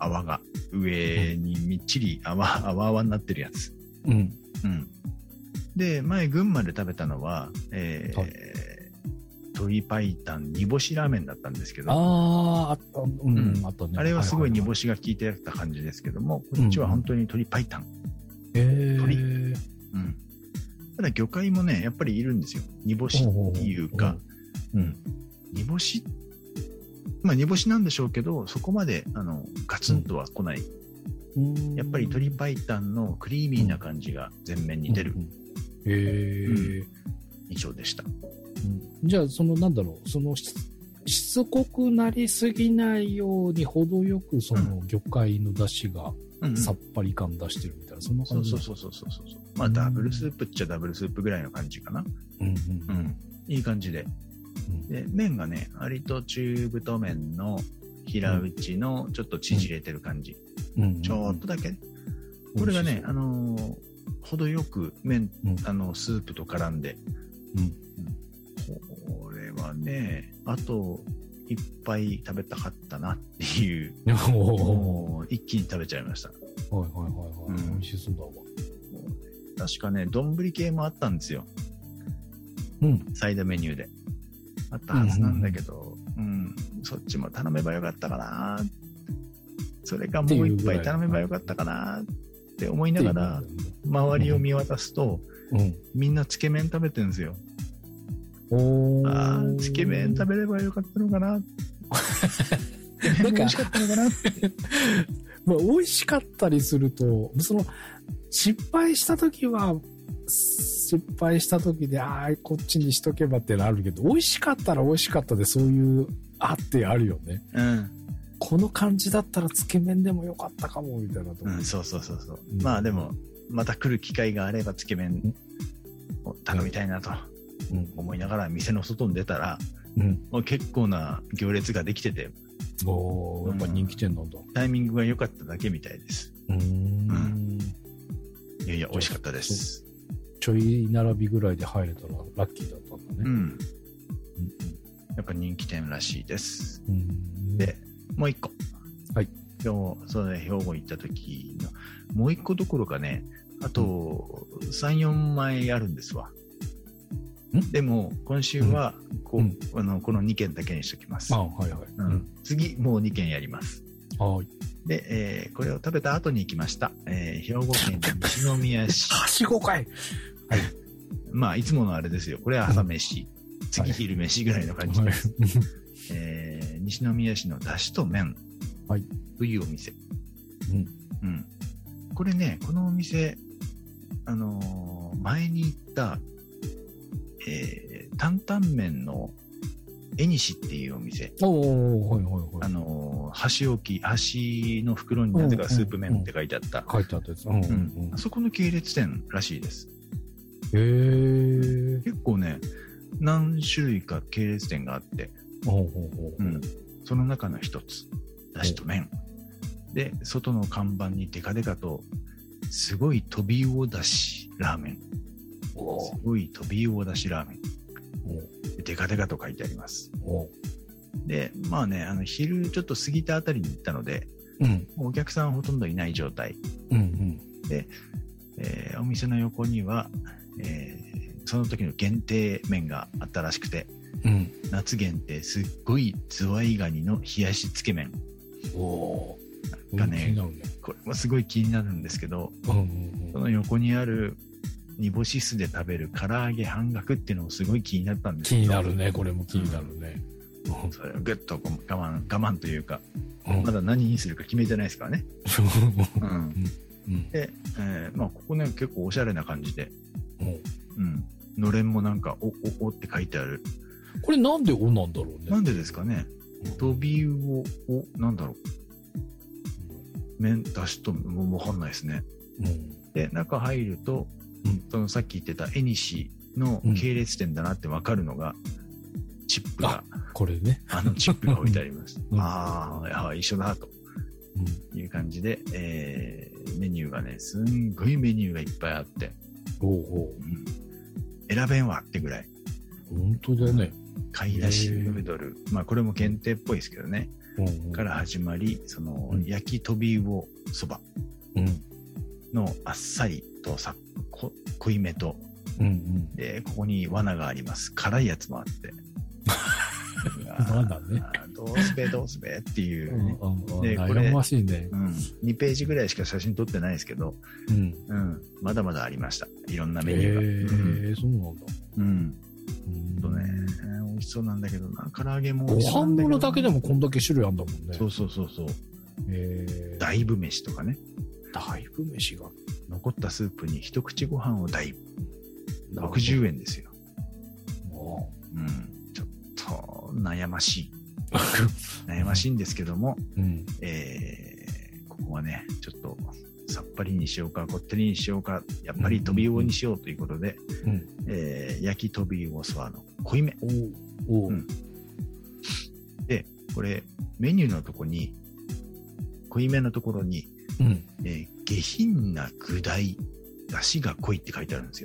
泡が上にみっちり泡、泡泡になってるやつ。 うん。 うん。で、前、群馬で食べたのは、えーはい鶏白湯煮干しラーメンだったんですけど、 ああ、あった、うん、 うんあったね。 あれはすごい煮干し。 しが効いてた感じですけども、こっちは本当に鶏白湯。 へ鶏ー。 うん。ただ魚介もね、やっぱりいるんですよ。煮干しっていうか、 うん。 うん。煮干し、まあ煮干しなんでしょうけど、そこまで、あの、ガツンとは来ない。 うんやっぱり鶏白湯のクリーミーな感じが前面に出るうんうんへー。 印象でした。 うんじゃあ、その、なんだろう、そのし、しつこくなりすぎないように、程よく、その、魚介の出汁が、 うんうんさっぱり感出してるみたいな、そんなそう感じそうそうそうそうそう。まあダブルスープっちゃダブルスープぐらいの感じかな。 うんうんう。ん。いい感じで。 うんで、麺がね、割と中太麺の平打ちのちょっと縮れてる感じ。 うんうんちょっとだけ。これがね、あのー程よく麺、 うんあの、スープと絡んで、 うんこれはね、あといっぱい食べたかったなっていう、 おーもう一気に食べちゃいました。 はいはいはいはい。 うん美味しそうだわ。 確かね、丼系もあったんですよ。 うん。 サイドメニューで。あったはずなんだけど、うん、うん、そっちも頼めばよかったかな。それかもう一杯頼めばよかったかなって思いながら、周りを見渡すと、 うん。 みんなつけ麺食べてるんですよ。 おー。 ああ、つけ麺食べればよかったのかな。つけ麺も美味しかったのかなって。 まあ、美味しかったりすると、その、失敗したときは、失敗したときで、ああ、こっちにしとけばってのあるけど、美味しかったら美味しかったで、そういう、あってあるよね。 うん。 この感じだったらつけ麺でもよかったかも、みたいなとこ、 うん、そうそうそうそう。 うんまあでも、また来る機会があればつけ麺を頼みたいなとうん。 思いながら店の外に出たら、 うん。 もう結構な行列ができてて、 おー、やっぱ人気店なんだ。 タイミングが良かっただけみたいです。 うーん。 いやいや、美味しかったです。 ちょい並びぐらいで入れたらラッキーだったんだね。 うん。やっぱ人気店らしいです。 うん。うん。 で、もう一個。 はい。 今日、そうね、兵庫行った時の、もう一個どころかね、あと、さん、よんまいあるんですわ。 んでも、今週は、こう、 うんあの、このにけんだけにしときます。 あ、はいはい。 う。ん、次、もうにけんやります。 はい。 で、えーこれを食べた後に行きました。えー兵庫県西宮市。 はしごかい。 まあ、いつものあれですよ。これは朝飯。次、昼飯ぐらいの感じです。えー西宮市のだしと麺はいというお店。 うん。 うん。これね、このお店、あのー前に行った、えー担々麺のえにしっていうお店。 おおはいはいはい。 あのー箸置き、箸の袋になぜかスープ麺って書いてあった。 書いてあったやつ。うんうんうんあそこの系列店らしいです。 へえ。 結構ね、何種類か系列店があって、 ほうほうほう。 うん、その中の一つ、だしと麺。で、外の看板にデカデカと、すごい飛び魚だしラーメン。 おすごい飛び魚だしラーメン。 おでデカデカと書いてあります。 おで、まあね、あの、昼ちょっと過ぎたあたりに行ったので、 うんもうお客さんはほとんどいない状態。 うんうん。 えーお店の横には、えーその時の限定麺があったらしくて、 うん。 夏限定すっごいズワイガニの冷やしつけ麺。 おお。 がね気になるね。 これもすごい気になるんですけど、 うんうんその横にある煮干し酢で食べる唐揚げ半額っていうのもすごい気になったんです気けど、 になるね。これも気になるね。 それをぐっとこう我慢、我慢というか、 うんまだ何にするか決めてないですからね。うん。 うんで、えーまあ、ここね、結構おしゃれな感じで、 うんうん。のれんもなんか、お、お、おって書いてある。 これなんでおなんだろうね。 なんでですかね。飛び魚、お、なんだろう。麺、だしと、もうわかんないですね。 うんで、中入ると、 うんそのさっき言ってたえにしの系列店だなってわかるのが、チップが、 これね。 あのチップが置いてあります。 うんあーあー、一緒だとうんいう感じで、えーメニューがね、すんごいメニューがいっぱいあって、 おうおううん選べんわってぐらい。 本当だね。 貝出しヌードル。まあこれも限定っぽいですけどね。 から始まり、その焼き飛び魚そばのあっさりとさこ濃いめと、うんうん、でここに罠があります。辛いやつもあって罠ね、 どうすべどうすべっていうね、 うん、でこれ、ましいね、 うん、にページぐらいしか写真撮ってないですけど、うんうん、まだまだありました。いろんなメニューが。へー、うん、そうなんだ。 うん。うんとね、美味しそうなんだけどな、唐揚げも美ご味しそうなんだけど。 飯物だけでもこんだけ種類あるんだもんね。 そうそうそうそう。へー。大分飯とかね。 大分飯が残ったスープに一口ご飯を大ろくじゅうえんですよ。うん、ちょっと悩ましい悩ましいんですけども、うん、えー、ここはねちょっとさっぱりにしようかこってりにしようかやっぱり飛び魚にしようということで、うん、えー、焼き飛び魚そばの濃いめ、おお、うん、でこれメニューのとこに濃いめのところに、うんえー、下品な具材出汁が濃いって書いてあるんですよ。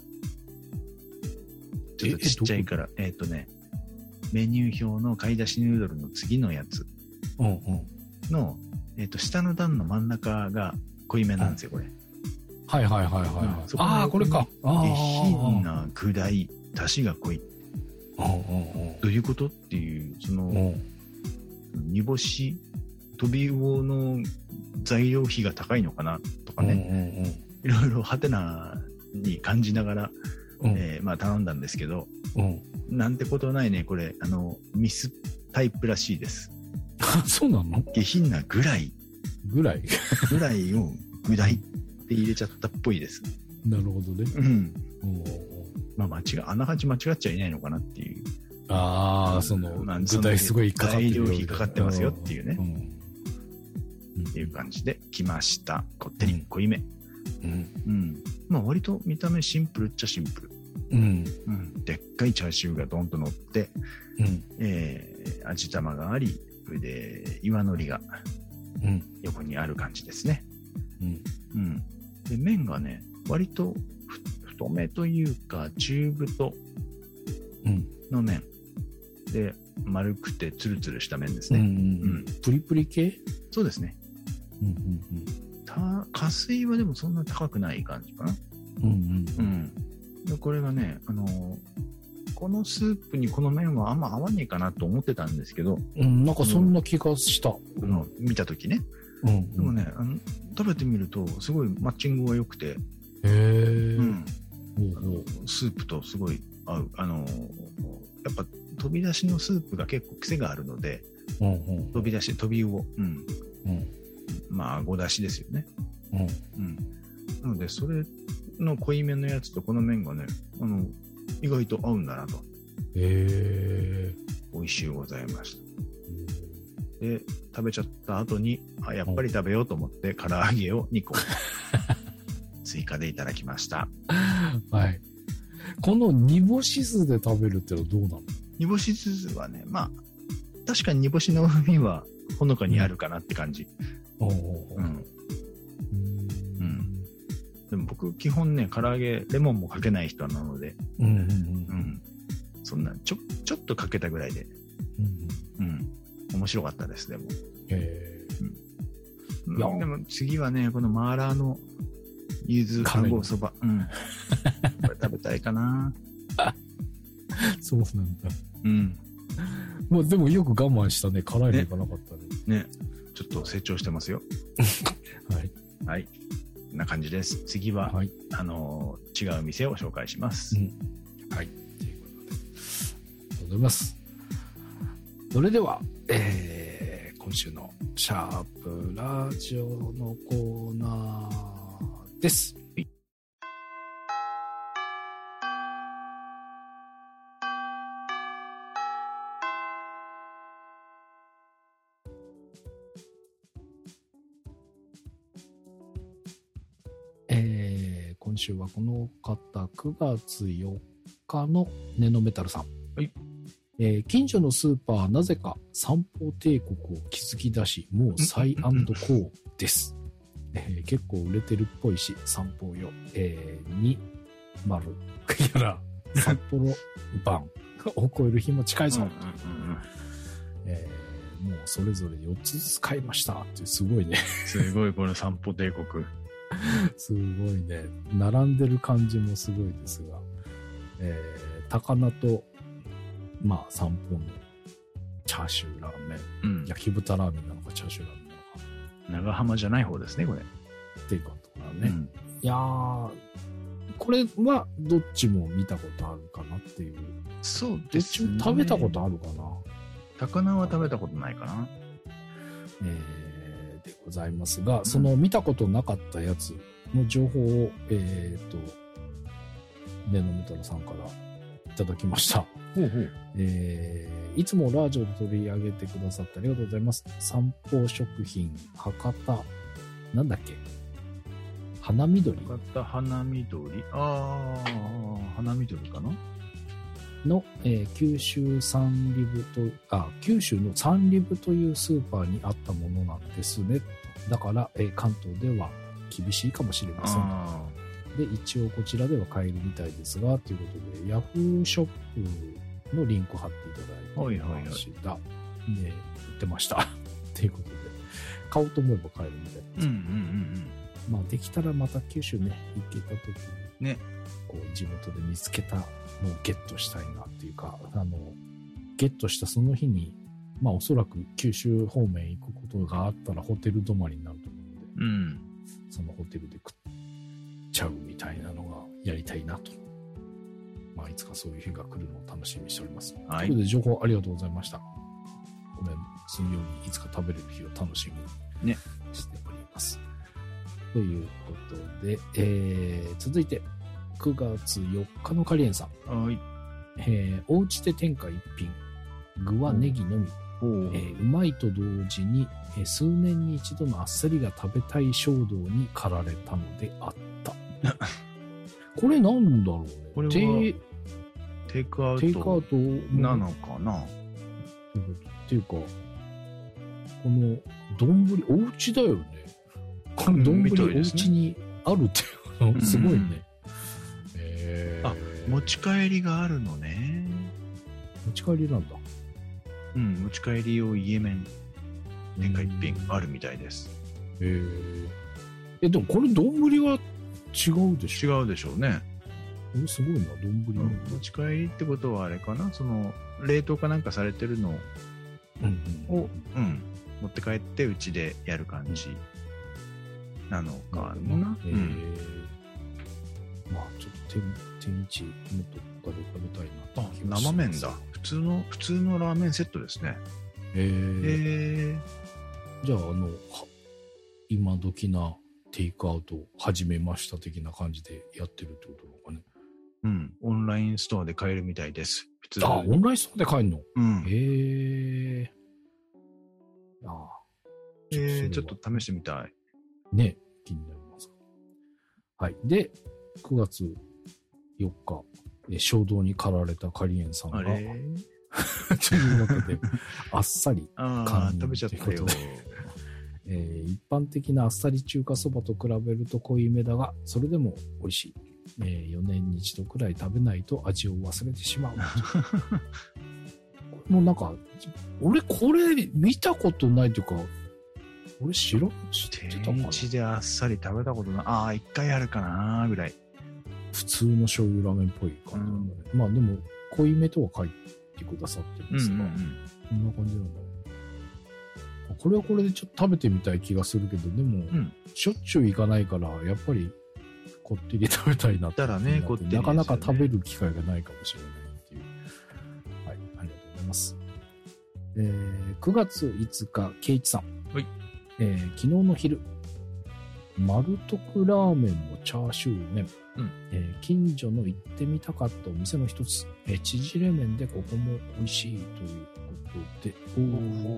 ちょっとちっちゃいから、えっ、ー、とね、メニュー表の買い出しヌードルの次のやつの、うんうんえー、と下の段の真ん中が濃いめなんですよ、これ。 はいはいはいはい。うん、ああ、これか。 下品な具材、出汁が濃い。どういうことっていう、その、煮干し、飛び魚の材料費が高いのかなとかね、いろいろハテナに感じながら、うんえー、まあ頼んだんですけど、うん、なんてことないねこれあのミスタイプらしいです。 そうなの？ 下品なぐらいぐらいぐらいを具材って入れちゃったっぽいです。 なるほどね。うん。 まあ間違あながち間違っちゃいないのかなっていう。 ああその具材すごいかかってる材料費かかってますよっていうね。うん、っていう感じで来ました。こってり濃いめ。うんうん、まあ割と見た目シンプルっちゃシンプル、うんうん、でっかいチャーシューがドンと乗って、うんえー、味玉がありで岩のりが横にある感じですね、うんうん、で麺がね割と太めというか中太の麺、うん、で丸くてツルツルした麺ですね、うんうんうん、 プリプリ系？ そうですね、うんうんうん加水はでもそんな高くない感じかな。うんうんうん。でこれがね、あのー、このスープにこの麺はあんま合わねえかなと思ってたんですけど。 うん、なんかそんな気がした。 うん、見たときね。うん、うん。でもねあの、食べてみるとすごいマッチングが良くて。へー。うん。あのスープとすごい合う。あのー、やっぱ飛び出しのスープが結構癖があるので、うんうん、飛び出し、飛び魚。うん。うんまあ、ご出しですよね。うん。うん。なので、それの濃いめのやつとこの麺がね、あの、意外と合うんだなと。へー。美味しゅうございました。で、食べちゃった後に、あ、やっぱり食べようと思って、唐揚げをにこ追加でいただきました。 はい。この煮干し酢で食べるってのはどうなの？ 煮干し酢はね、まあ、確かに煮干しの風味はほのかにあるかなって感じ。うん。うん。うん。でも僕、基本ね、唐揚げ、レモンもかけない人なので、うんうんうん。うん。そんな、ちょ、ちょっとかけたぐらいで、うん。うん。面白かったです、でも。へー。うん。いや、でも次はね、このマーラーの柚子卵そば。うん。これ食べたいかな。 そうなんだ。うん。もうでもよく我慢したね。辛いのいかなかったね。 ね。ちょっと成長してますよ。はい。はい。こんな感じです。次は、はい、あのー、違う店を紹介します。うん、はい。ということで。 ありがとうございます。それでは、えー、今週のシャープラジオのコーナーです。今週はこの方、くがつよっかのネノメタルさん。はい。えー、近所のスーパー、なぜか散歩帝国を築き出し、もうサイ&コーです。えー、結構売れてるっぽいし、散歩よ。えー、に、丸、やら、札幌版を超える日も近いぞ。えー、 もうそれぞれよっつずつ買いましたってすごいね。 すごいこの散歩帝国。 すごいね。並んでる感じもすごいですが、えー、高菜と、まあ散歩のチャーシューラーメン、うん、焼き豚ラーメンなのかチャーシューラーメンなのか。 長浜じゃない方ですね、これ。 っていうことだね。うん、いやー、これはどっちも見たことあるかなっていう。 そうですね。 どっちも食べたことあるかな。 高菜は食べたことないかな。 えー、でございますが、うん、その見たことなかったやつの情報を、えーと、ねのむたろさんからいただきました。ほうほう。えー、いつもラジオで取り上げてくださってありがとうございます。散歩食品、博多、なんだっけ花緑博多花緑ああ、花緑かなの、えー、九州三里部と、あ、九州の三里部というスーパーにあったものなんですね。だから、えー、関東では厳しいかもしれません。で、一応こちらでは買えるみたいですが、ということで、ヤフーショップのリンク貼っていただいてました。はいはいはい、ね、売ってました。ということで、買おうと思えば買えるみたいです。うんうんうんうん。まあ、できたらまた九州ね、行けた時に、ね、こう、地元で見つけたのをゲットしたいなっていうか、あの、ゲットしたその日に、まあ、おそらく九州方面行くことがあったらホテル泊まりになると思うので、うん、そのホテルで食っちゃうみたいなのがやりたいなと。まあ、いつかそういう日が来るのを楽しみにしております。はい。ということで、情報ありがとうございました。ごめん、するようにいつか食べれる日を楽しみにしております。ねということで、えー、続いてくがつよっかのカリエンさん。はい。えー、おうちで天下一品。具はネギのみ。えー、うまいと同時に、えー、数年に一度のあっさりが食べたい衝動に駆られたのであった。これなんだろうね。 これはテテイクアウト。テイクアウトなのかなっていうか、この丼、おうちだよね。この丼、おうちにあるっていうのすごいね。うん、 えー、あ、持ち帰りがあるのね。 持ち帰りなんだ。 うん、持ち帰り用イエメン天下一品あるみたいです。 へえー。え、でもこれ丼は違うでしょ。 違うでしょうね。 これすごいな、丼、うん、 持ち帰りってことはあれかな、その冷凍かなんかされてるのを、うんうんうん、持って帰ってうちでやる感じなのかな。うん、えーうん、 まあちょっと手手日もっと他で食べたいなと。 あ、生麺だ。普通の普通のラーメンセットですね。へえー。 えー、じゃああの今時なテイクアウト始めました的な感じでやってるってことなのかね。 うん。オンラインストアで買えるみたいです。 普通。あ、オンラインストアで買えるの。うん。へえー。ああ。 えー、ちょっと試してみたい。 ね、気になります。はい。で、くがつよっか、え衝動に駆られたカリエンさんが、あれということで、あっさりあ食べちゃったよ。 えー、一般的なあっさり中華そばと比べると濃いめだが、それでも美味しい。えー、よねんに一度くらい食べないと味を忘れてしまう。もうなんか、俺これ見たことないというか、俺知ら、知ってたかな。 天一であっさり食べたことない。ああ、一回あるかなぐらい。 普通の醤油ラーメンっぽい感じなんだね。うん、まあでも、濃いめとは書いてくださってるんですが、うんうんうん、こんな感じなんだね。これはこれでちょっと食べてみたい気がするけど、でも、うん、しょっちゅう行かないから、やっぱり、こってり食べたいなって。 だらね、こってり、ね。 なかなか食べる機会がないかもしれないっていう。はい、ありがとうございます。えー、くがついつか、ケイチさん。はい。えー、昨日の昼、丸徳ラーメンのチャーシュー麺、うんえー、近所の行ってみたかったお店の一つ、えー、縮れ麺でここも美味しいということで、お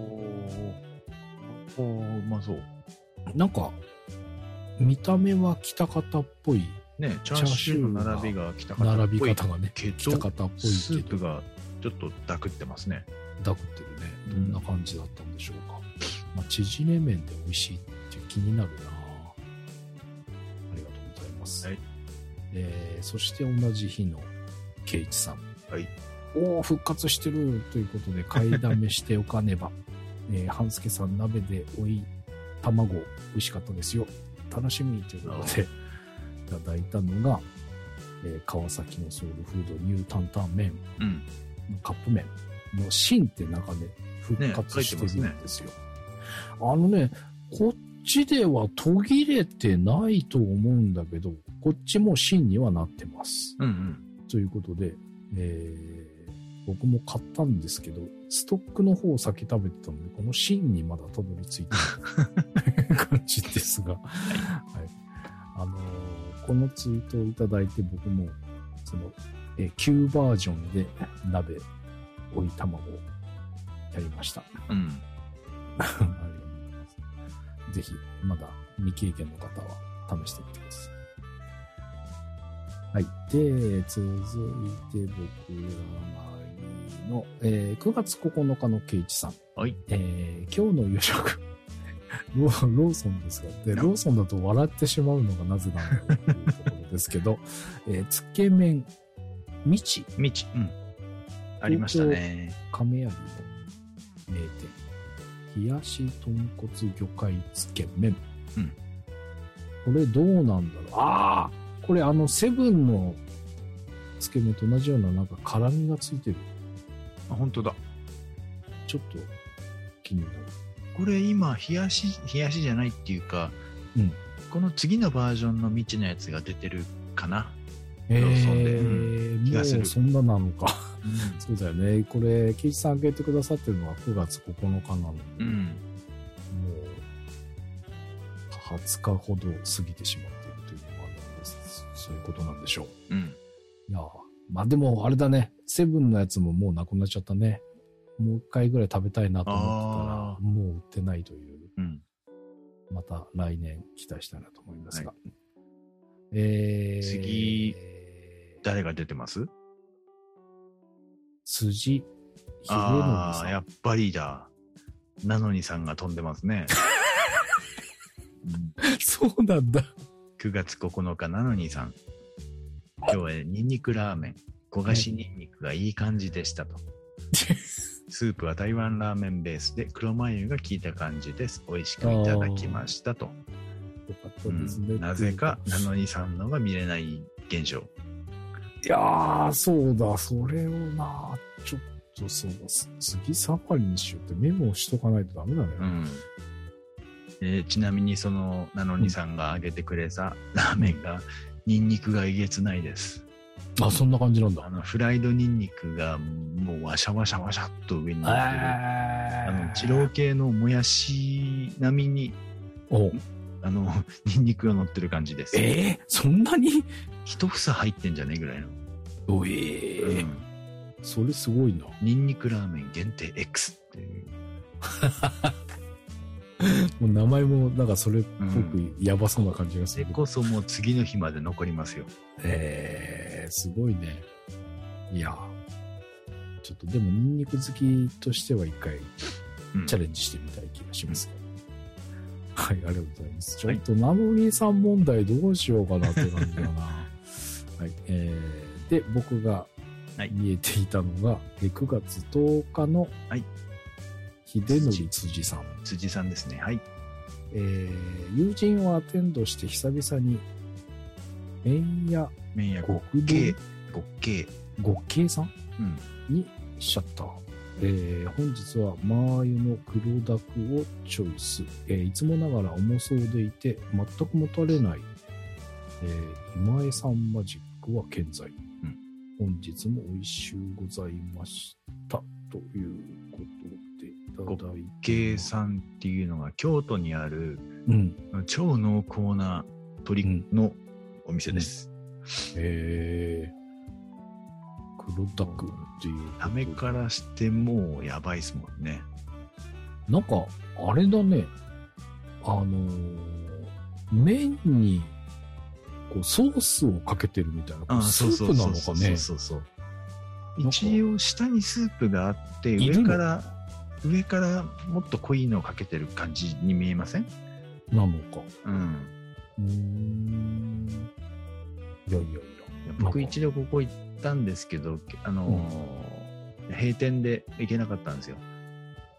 ー、おー、うまそう。 なんか、見た目は北方っぽい。 ね、チャーシューの並びが北方っぽい。 並び方がね、北方っぽいけど。 スープがちょっとダクってますね。 ダクってるね。どんな感じだったんでしょうか。まあ、縮れ麺で美味しいって気になるな。ありがとうございます。はい。えー、そして同じ日のケイチさん。はい。おー、復活してるということで、買いだめしておかねば。 えー、半助さん鍋で追い卵美味しかったですよ。楽しみということでいただいたのが、えー、川崎のソウルフードニュータンタン麺のカップ麺の芯って中で復活してるんですよ。ね、あのね、こっちでは途切れてないと思うんだけど、こっちも芯にはなってます。 うんうん、ということで、えー、僕も買ったんですけど、ストックの方を先食べてたので、この芯にまだたどり着いてる感じですが、はいはい、あのー、このツイートをいただいて僕もその、えー、旧バージョンで鍋追い卵をやりました。 うん、 ありがとうございます。ぜひまだ未経験の方は試してみてください。はい。で、続いて僕らの、えー、くがつここのかのケイチさん。 はい。 えー、今日の夕食ロ、ローソンですが、で、ローソンだと笑ってしまうのがなぜなんだろうというところですけど、えー、つけ麺、みち。 みち。うん。ありましたね。 亀有の名店。冷やし豚骨魚介つけ麺。 うん。 これどうなんだろう。ああこれあの、セブンのつけ麺と同じようななんか辛みがついてる。 あ、本当だ。 ちょっと気になる。 これ今、冷やし、冷やしじゃないっていうか、うん。この次のバージョンの未知のやつが出てるかな。 えー、ローソンで。うん、気がする。もうそんななのか。うん、そうだよね。これ、ケイチさんあげてくださってるのはくがつここのかなので。 うん。もう、はつかほど過ぎてしまっているというのがあるんです。そういうことなんでしょう。 うん。 いやまあでも、あれだね。セブンのやつももうなくなっちゃったね。もう一回ぐらい食べたいなと思ってたら、もう売ってないという。 うん、 また来年期待したいなと思いますが。はい、えー、 次、誰が出てます？ 辻秀則さん。 ああ、やっぱりだ。なのにさんが飛んでますね。 うん、そうなんだ。 くがつここのかなのにさん。今日はニンニクラーメン。焦がしニンニクがいい感じでしたと。スープは台湾ラーメンベースで黒マヨが効いた感じです。美味しくいただきましたと。 よかったですね。 うん、なぜかなのにさんのが見れない現象。 いやー、そうだ、それをな、ちょっとそう、次サファリにしようってメモをしとかないとダメだね。 うんえー、ちなみにそのなのにさんが挙げてくれたラーメンがニンニクがえげつないです。 あ、そんな感じなんだ。 あのフライドニンニクがもうワシャワシャワシャっと上に乗ってる。あの二郎系のもやし並みにおあのニンニクが乗ってる感じです。 えー、そんなに一房入ってんじゃねえぐらいの。 おえー、うん、それすごいな。 ニンニクラーメン限定 X っていう。 もう名前もなんかそれっぽくやばそうな感じがする。 でこそもう次の日まで残りますよ。 えー、すごいね。いや、ちょっとでもニンニク好きとしては一回チャレンジしてみたい気がしますけど、うん、はい、ありがとうございます。ちょっとナノリーさん問題どうしようかなって感じだな。はい、えー、で僕が見えていたのが、はい、くがつとおかの、はい秀則辻さん。 辻さんですね。はい。 えー、友人をアテンドして久々に、麺屋、 麺屋極慶、極慶。 極慶さん、 うん、 にしちゃった。えー、本日はマー油の黒ダクをチョイス。えー、いつもながら重そうでいて、全くもたれない、えー、今江さんマジックは健在。うん、本日も美味しゅうございました。ということで。 極慶さんっていうのが京都にある、 うん、 超濃厚な鶏のお店です。 うん、へー、黒ダクっていう。 ためからしてもうやばいっすもんね。 なんかあれだね、あのー、麺にこうソースをかけてるみたいな、スープなのかね。そうそうそうそう。一応下にスープがあって上から上からもっと濃いのをかけてる感じに見えません？ なのか。 うん。 うーん。いやいやいや。 僕一度ここ行ったんですけど、あのーうん、閉店で行けなかったんですよ。 あ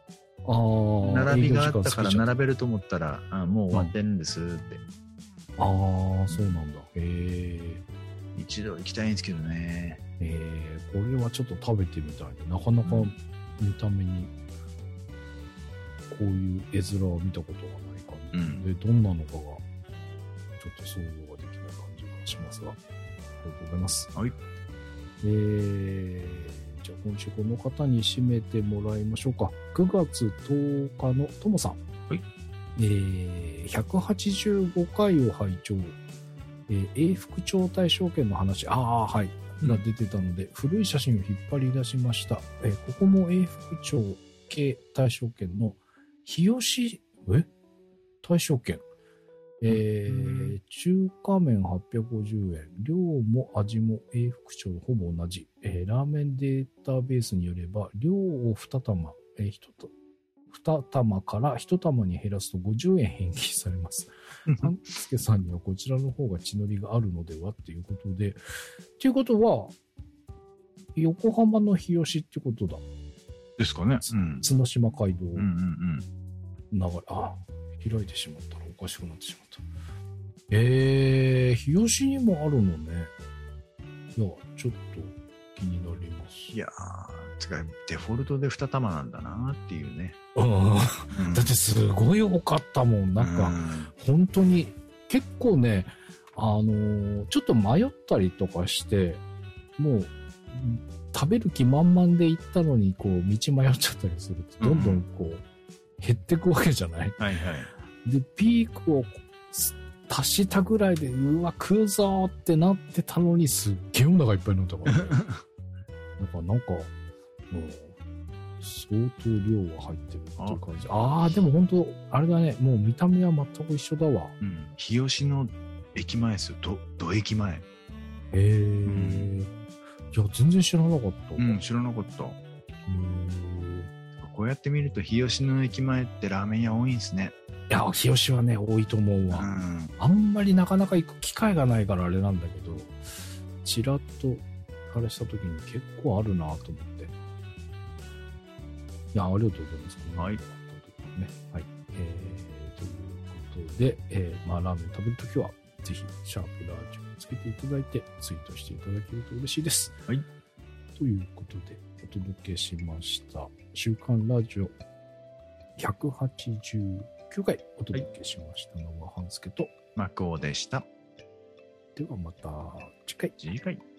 ああ。 並びがあったから並べると思ったら、あもう終わってるんですって。 ああ、そうなんだ。へえ。 一度行きたいんですけどね。 ええ、これはちょっと食べてみたいね。なかなか見た目に、こういう絵面を見たことがない感じ、うん、で、どんなのかが、ちょっと想像ができない感じがしますが。ありがとうございます。 はい。 えー、じゃあ今週この方に締めてもらいましょうか。くがつとおかのともさん。 はい。 えー、ひゃくはちじゅうごかいを拝聴。えー、永福町大賞券の話、ああ、はい、が出てたので、うん、古い写真を引っ張り出しました。えー、ここも永福町系大賞券の日吉、え大賞券。えー、中華麺はっぴゃくごじゅうえん。量も味も永福町ほぼ同じ。えー、ラーメンデータベースによれば、量をに玉、えー、いち玉からいち玉に減らすとごじゅうえん返金されます。三助さんにはこちらの方が血のりがあるのではっていうことで。っていうことは、横浜の日吉ってことだ。 ですかね。 うん、角島街道。 うんうんうん。 流れ、あ、開いてしまったらおかしくなってしまった。えー、日吉にもあるのね。いや、ちょっと気になります。 いやー、つかデフォルトでに玉なんだなっていうね。 うん。だってすごい多かったもん。なんか、うん、本当に、結構ね、あのー、ちょっと迷ったりとかして、もう、食べる気満々で行ったのに、こう、道迷っちゃったりすると、どんどんこう、うん、減ってくわけじゃない？はいはい。で、ピークを足したぐらいで、うわ、食うぞーってなってたのに、すっげえお腹いっぱいになったからね。なんか、なんか、もう、相当量が入ってるっていう感じ。ああ、でも本当あれだね、もう見た目は全く一緒だわ。 うん。日吉の駅前ですよ。ど、ど駅前。へえー。うん、いや、全然知らなかった。 うん、知らなかった。へこうやって見ると、日吉の駅前ってラーメン屋多いんですね。 いや、日吉はね、多いと思うわ。うん、あんまりなかなか行く機会がないからあれなんだけど、ちらっと、あれした時に結構あるなと思って。いや、ありがとうございます。 はい。 ね、はい。えー、ということで、えー、まあ、ラーメン食べるときは、ぜひ、シャープラージをつけていただいて、ツイートしていただけると嬉しいです。 はい。 ということで、お届けしました。週刊ラジオひゃくはちじゅうきゅうかいお届けしましたのは、半助と、 マクオでした。 ではまた次回。 次回。